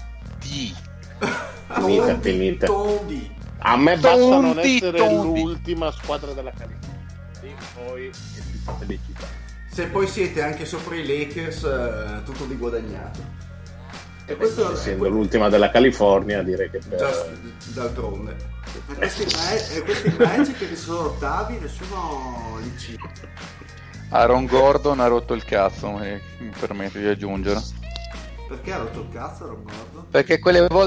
Finite. A me basta non essere l'ultima squadra della California. E poi è tutta felicità. Se poi siete anche sopra i Lakers, tutto di guadagnato. E questo essendo l'ultima della California, direi che d'altronde. Questi Magic che sono ottavi, nessuno li cita. Aaron Gordon ha rotto il cazzo, mi permetto di aggiungere. Perché ha rotto il cazzo Aaron Gordon? Perché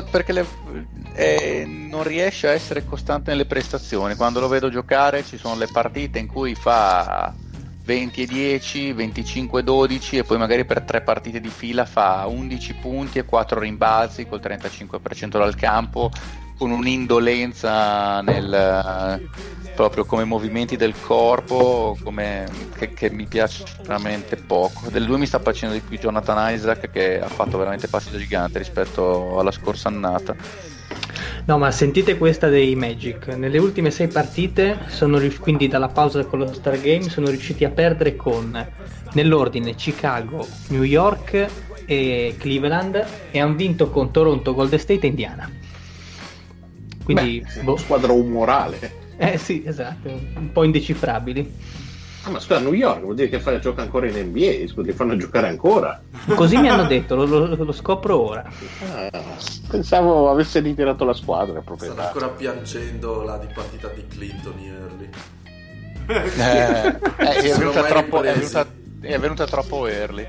non riesce a essere costante nelle prestazioni. Quando lo vedo giocare ci sono le partite in cui fa 20-10, 25-12 e poi magari per 3 partite di fila fa 11 punti e 4 rimbalzi col 35% dal campo, con un'indolenza proprio come movimenti del corpo che mi piace veramente poco. Del 2 mi sta facendo di più Jonathan Isaac, che ha fatto veramente passi da gigante rispetto alla scorsa annata. No, ma sentite questa dei Magic. Nelle ultime 6 partite quindi dalla pausa con lo Star Game sono riusciti a perdere con, nell'ordine, Chicago, New York e Cleveland, e hanno vinto con Toronto, Golden State e Indiana. Quindi squadra umorale. Sì, esatto, un po' indecifrabili. Ma scusa, New York vuol dire che gioca ancora in NBA, scusa, li fanno giocare ancora. Così mi hanno detto, lo scopro ora. Pensavo avesse ritirato la squadra proprio. Stanno ancora piangendo la dipartita di Clinton early. È venuta troppo early.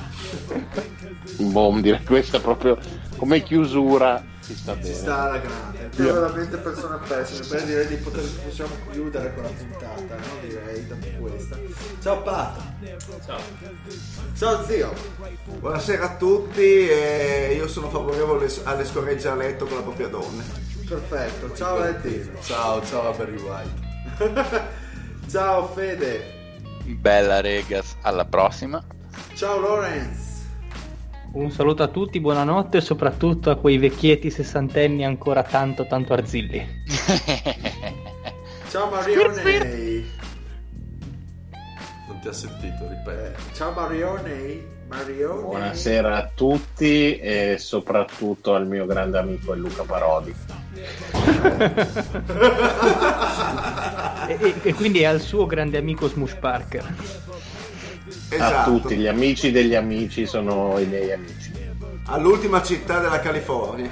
Direi questa proprio come chiusura ci sta bene. Ci sta alla grande. Siamo veramente persone pessime. Beh, direi di possiamo chiudere con la puntata, no? Direi dopo questa. Ciao Pato. Ciao zio. Buonasera a tutti, io sono favorevole alle scorregge a letto con la propria donna. Perfetto, ciao Valentino. Ciao Barry White. Ciao Fede. Bella regas, alla prossima. Ciao Lorenz. Un saluto a tutti, buonanotte, e soprattutto a quei vecchietti sessantenni ancora tanto arzilli. Ciao Marione. Non ti ha sentito, ripeto. Ciao Marione. Buonasera a tutti e soprattutto al mio grande amico Luca Parodi. e quindi al suo grande amico Smush Parker. Esatto. A tutti gli amici degli amici sono i miei amici. All'ultima città della California.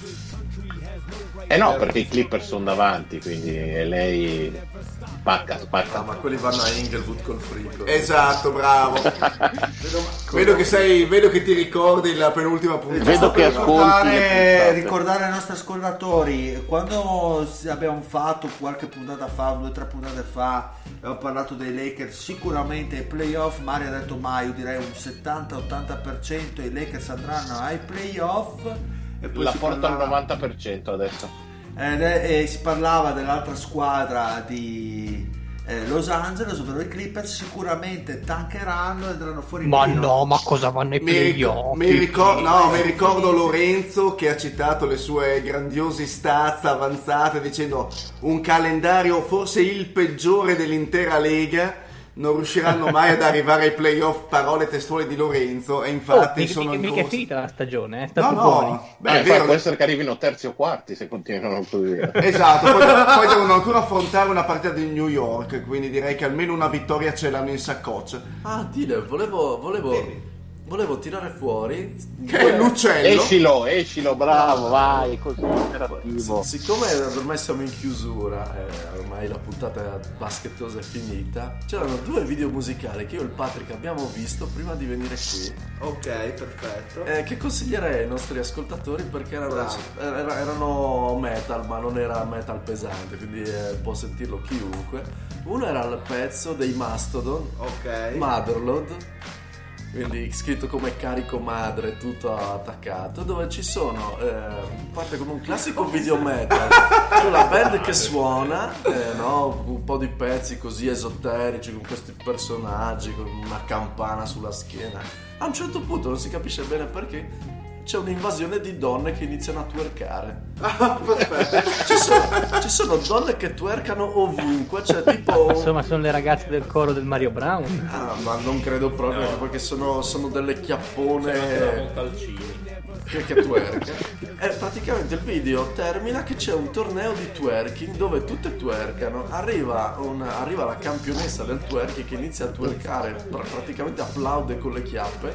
No, perché i Clippers sono davanti, quindi lei spacca. Ah, ma quelli vanno a Inglewood col frigo. Esatto, bravo. vedo che ti ricordi la penultima puntata. Vedo che ricordare ai nostri ascoltatori, quando abbiamo fatto qualche puntata fa, 2 o 3 puntate fa, abbiamo parlato dei Lakers, sicuramente ai playoff. Mario ha detto io direi un 70-80% i Lakers andranno ai playoff. E poi la porta al 90% adesso. E si parlava dell'altra squadra di Los Angeles, ovvero i Clippers. Sicuramente tankeranno e andranno fuori. Ma no, ma cosa vanno ai playoff? Mi ricordo Lorenzo che ha citato le sue grandiose stats avanzate dicendo un calendario forse il peggiore dell'intera Lega. Non riusciranno mai ad arrivare ai playoff, parole testuali di Lorenzo, e infatti mica è finita la stagione, sta buoni. Beh, è vero. Può essere che arrivino terzi o quarti se continuano così. Esatto, poi devono ancora affrontare una partita di New York, quindi direi che almeno una vittoria ce l'hanno in saccoccia. Dile, volevo tirare fuori che è l'uccello. Escilo, bravo, vai, così interattivo. Siccome ormai siamo in chiusura, ormai la puntata baskettosa è finita, c'erano 2 video musicali che io e il Patrick abbiamo visto prima di venire qui. Ok, perfetto. Che consiglierei ai nostri ascoltatori, perché erano metal, ma non era metal pesante, quindi può sentirlo chiunque. Uno era il pezzo dei Mastodon, ok, Motherload, quindi scritto come carico madre, tutto attaccato, dove ci sono parte come un classico video metal sulla band che suona, un po' di pezzi così esoterici con questi personaggi con una campana sulla schiena. A un certo punto non si capisce bene perché c'è un'invasione di donne che iniziano a twerkare. Perfetto. Ci sono donne che twerkano ovunque, cioè tipo... Insomma, sono le ragazze del coro del Mario Brown. Ah, ma non credo proprio, perché sono delle chiappone che twerka. E praticamente il video termina che c'è un torneo di twerking dove tutte twerkano. Arriva la campionessa del twerking che inizia a twerkare, praticamente applaude con le chiappe.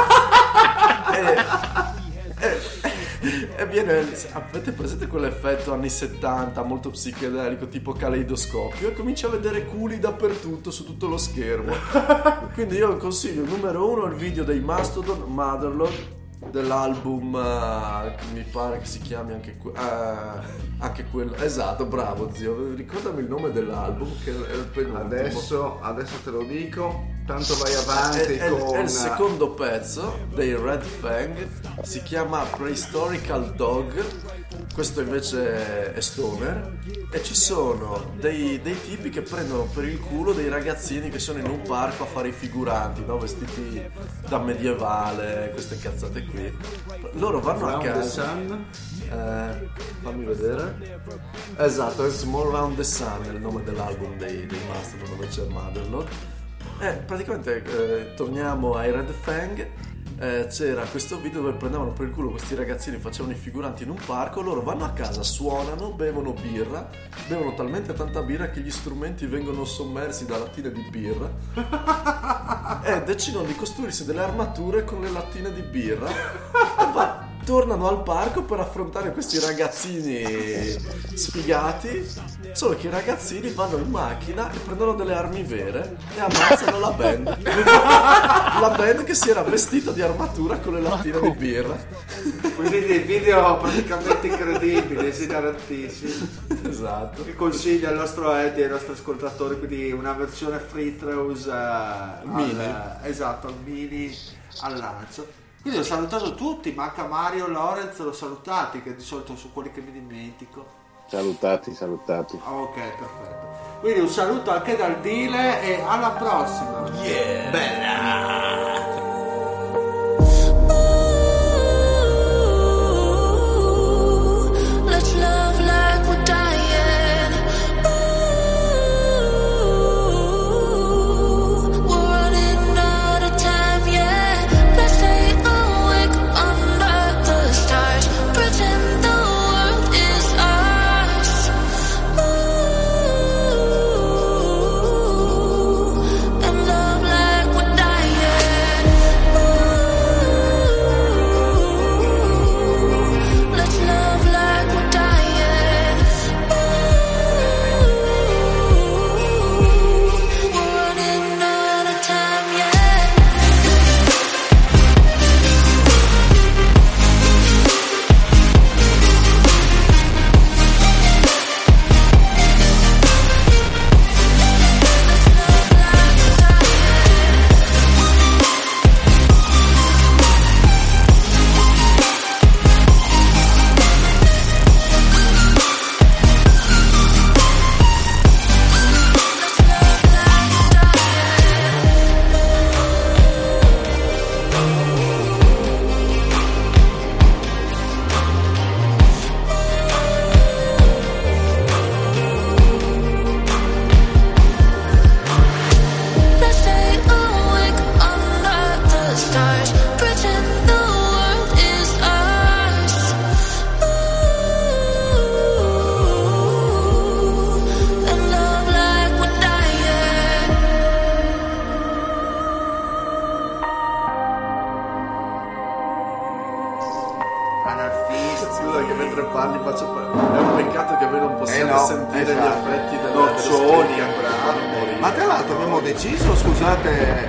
E viene, avete presente quell'effetto anni 70 molto psichedelico tipo caleidoscopio, e comincia a vedere culi dappertutto su tutto lo schermo. Quindi io consiglio numero 1 il video dei Mastodon, Motherlode, dell'album mi pare che si chiami anche quello, esatto, bravo zio, ricordami il nome dell'album che è il penultimo. Adesso te lo dico, tanto vai avanti è con... È il secondo pezzo dei Red Fang, si chiama Prehistorical Dog, questo invece è stoner, e ci sono dei tipi che prendono per il culo dei ragazzini che sono in un parco a fare i figuranti, no? Vestiti da medievale, queste cazzate qui. Loro vanno a casa, fammi vedere, esatto, è Small Round the Sun, è il nome dell'album dei Mastodon, dove c'è Motherlode. Praticamente torniamo ai Red Fang. C'era questo video dove prendevano per il culo questi ragazzini, facevano i figuranti in un parco, loro vanno a casa, suonano, bevono birra, bevono talmente tanta birra che gli strumenti vengono sommersi da lattine di birra e decidono di costruirsi delle armature con le lattine di birra e tornano al parco per affrontare questi ragazzini sfigati, solo che i ragazzini vanno in macchina e prendono delle armi vere e ammazzano la band che si era vestita di armatura con le lattine di birra. Quindi dei video praticamente incredibili, esilarantissimi. Esatto. Che consiglio al nostro Eddie e ai nostri ascoltatori, quindi una versione free throws mini. Esatto, al mini al lancio. Quindi ho salutato tutti, manca Mario, Lorenz, l'ho salutati, che di solito sono quelli che mi dimentico. Salutati. Ok, perfetto. Quindi un saluto anche dal Dile e alla prossima. Yeah, bella! Scusa che mentre parli faccio è un peccato che voi non possiate sentire gli effetti delle noccioni. Ma tra l'altro abbiamo deciso, scusate,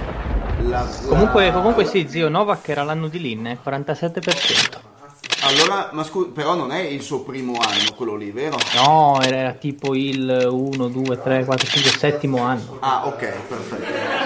Comunque sì, zio, Novak era l'anno di Lin, 47%. Allora, ma però non è il suo primo anno quello lì, vero? No, era tipo il 1, 2, 3, 4, 5, settimo anno. Ah, ok, perfetto.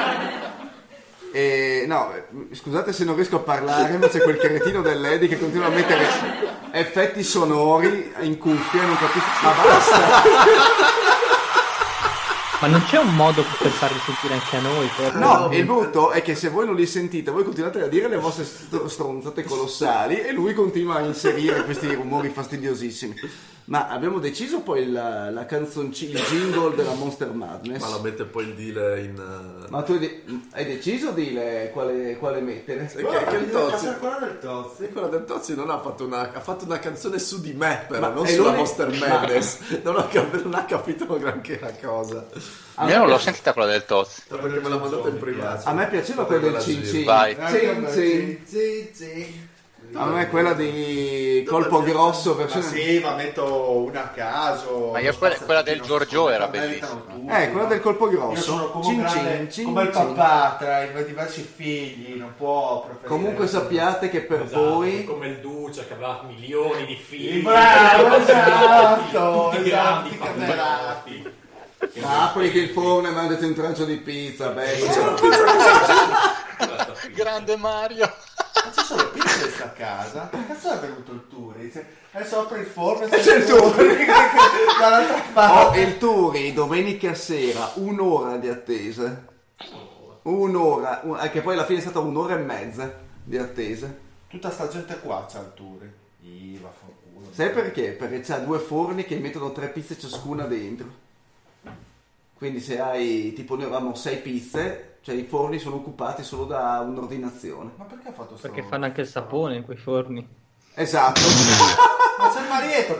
No, scusate se non riesco a parlare, ma c'è quel cretino dell'Eddie che continua a mettere effetti sonori in cuffia e non capisco. Ma basta! Ma non c'è un modo per farli sentire anche a noi? Proprio? No, il brutto è che se voi non li sentite, voi continuate a dire le vostre stronzate colossali e lui continua a inserire questi rumori fastidiosissimi. Ma abbiamo deciso poi la canzoncina, il jingle della Monster Madness. Ma la mette poi il Dile in... Ma tu hai deciso Dile quale mettere? Che il Tozzi, quella del Tozzi. quella del Tozzi non ha fatto ha fatto una canzone su di me, però Ma non è sulla lui- Monster Madness. Non ha capito granché la cosa. Io non l'ho sentita quella del Tozzi. Perché me l'ha mandata in privato. A me piaceva quella del Cin Cin. Vai. Cin Cin. A me quella di Colpo Grosso Ma versione... sì, ma metto una a caso. Ma io quella del Giorgio era bellissima. Quella del Colpo Io Grosso. sono come, Cin un grande, cin, come il cin, cin. papà tra i diversi figli, non può preferire. Comunque sappiate che per Esatto, voi... come il Duce che aveva milioni di figli. Bravo, esatto, Tutti grandi, esatto, camerati. Apri che il forno e mandate un trancio di pizza, bello. Grande Mario. Ma ci sono pizze in questa casa? Per cazzo è venuto il Turi? Dice, adesso apri il forno e c'è il Turi. dall'altra Oh, parte. il Turi domenica sera, un'ora di attesa. Un'ora, che poi alla fine è stata un'ora e mezza di attesa. Tutta sta gente qua c'ha il Turi. Vaffanculo. Sai perché? Perché c'ha 2 forni che mettono 3 pizze ciascuna dentro. Quindi se hai, tipo noi avevamo 6 pizze, cioè i forni sono occupati solo da un'ordinazione. Ma perché ha fatto sto? Perché fanno anche il sapone in quei forni. Esatto. Ma c'è il Marietto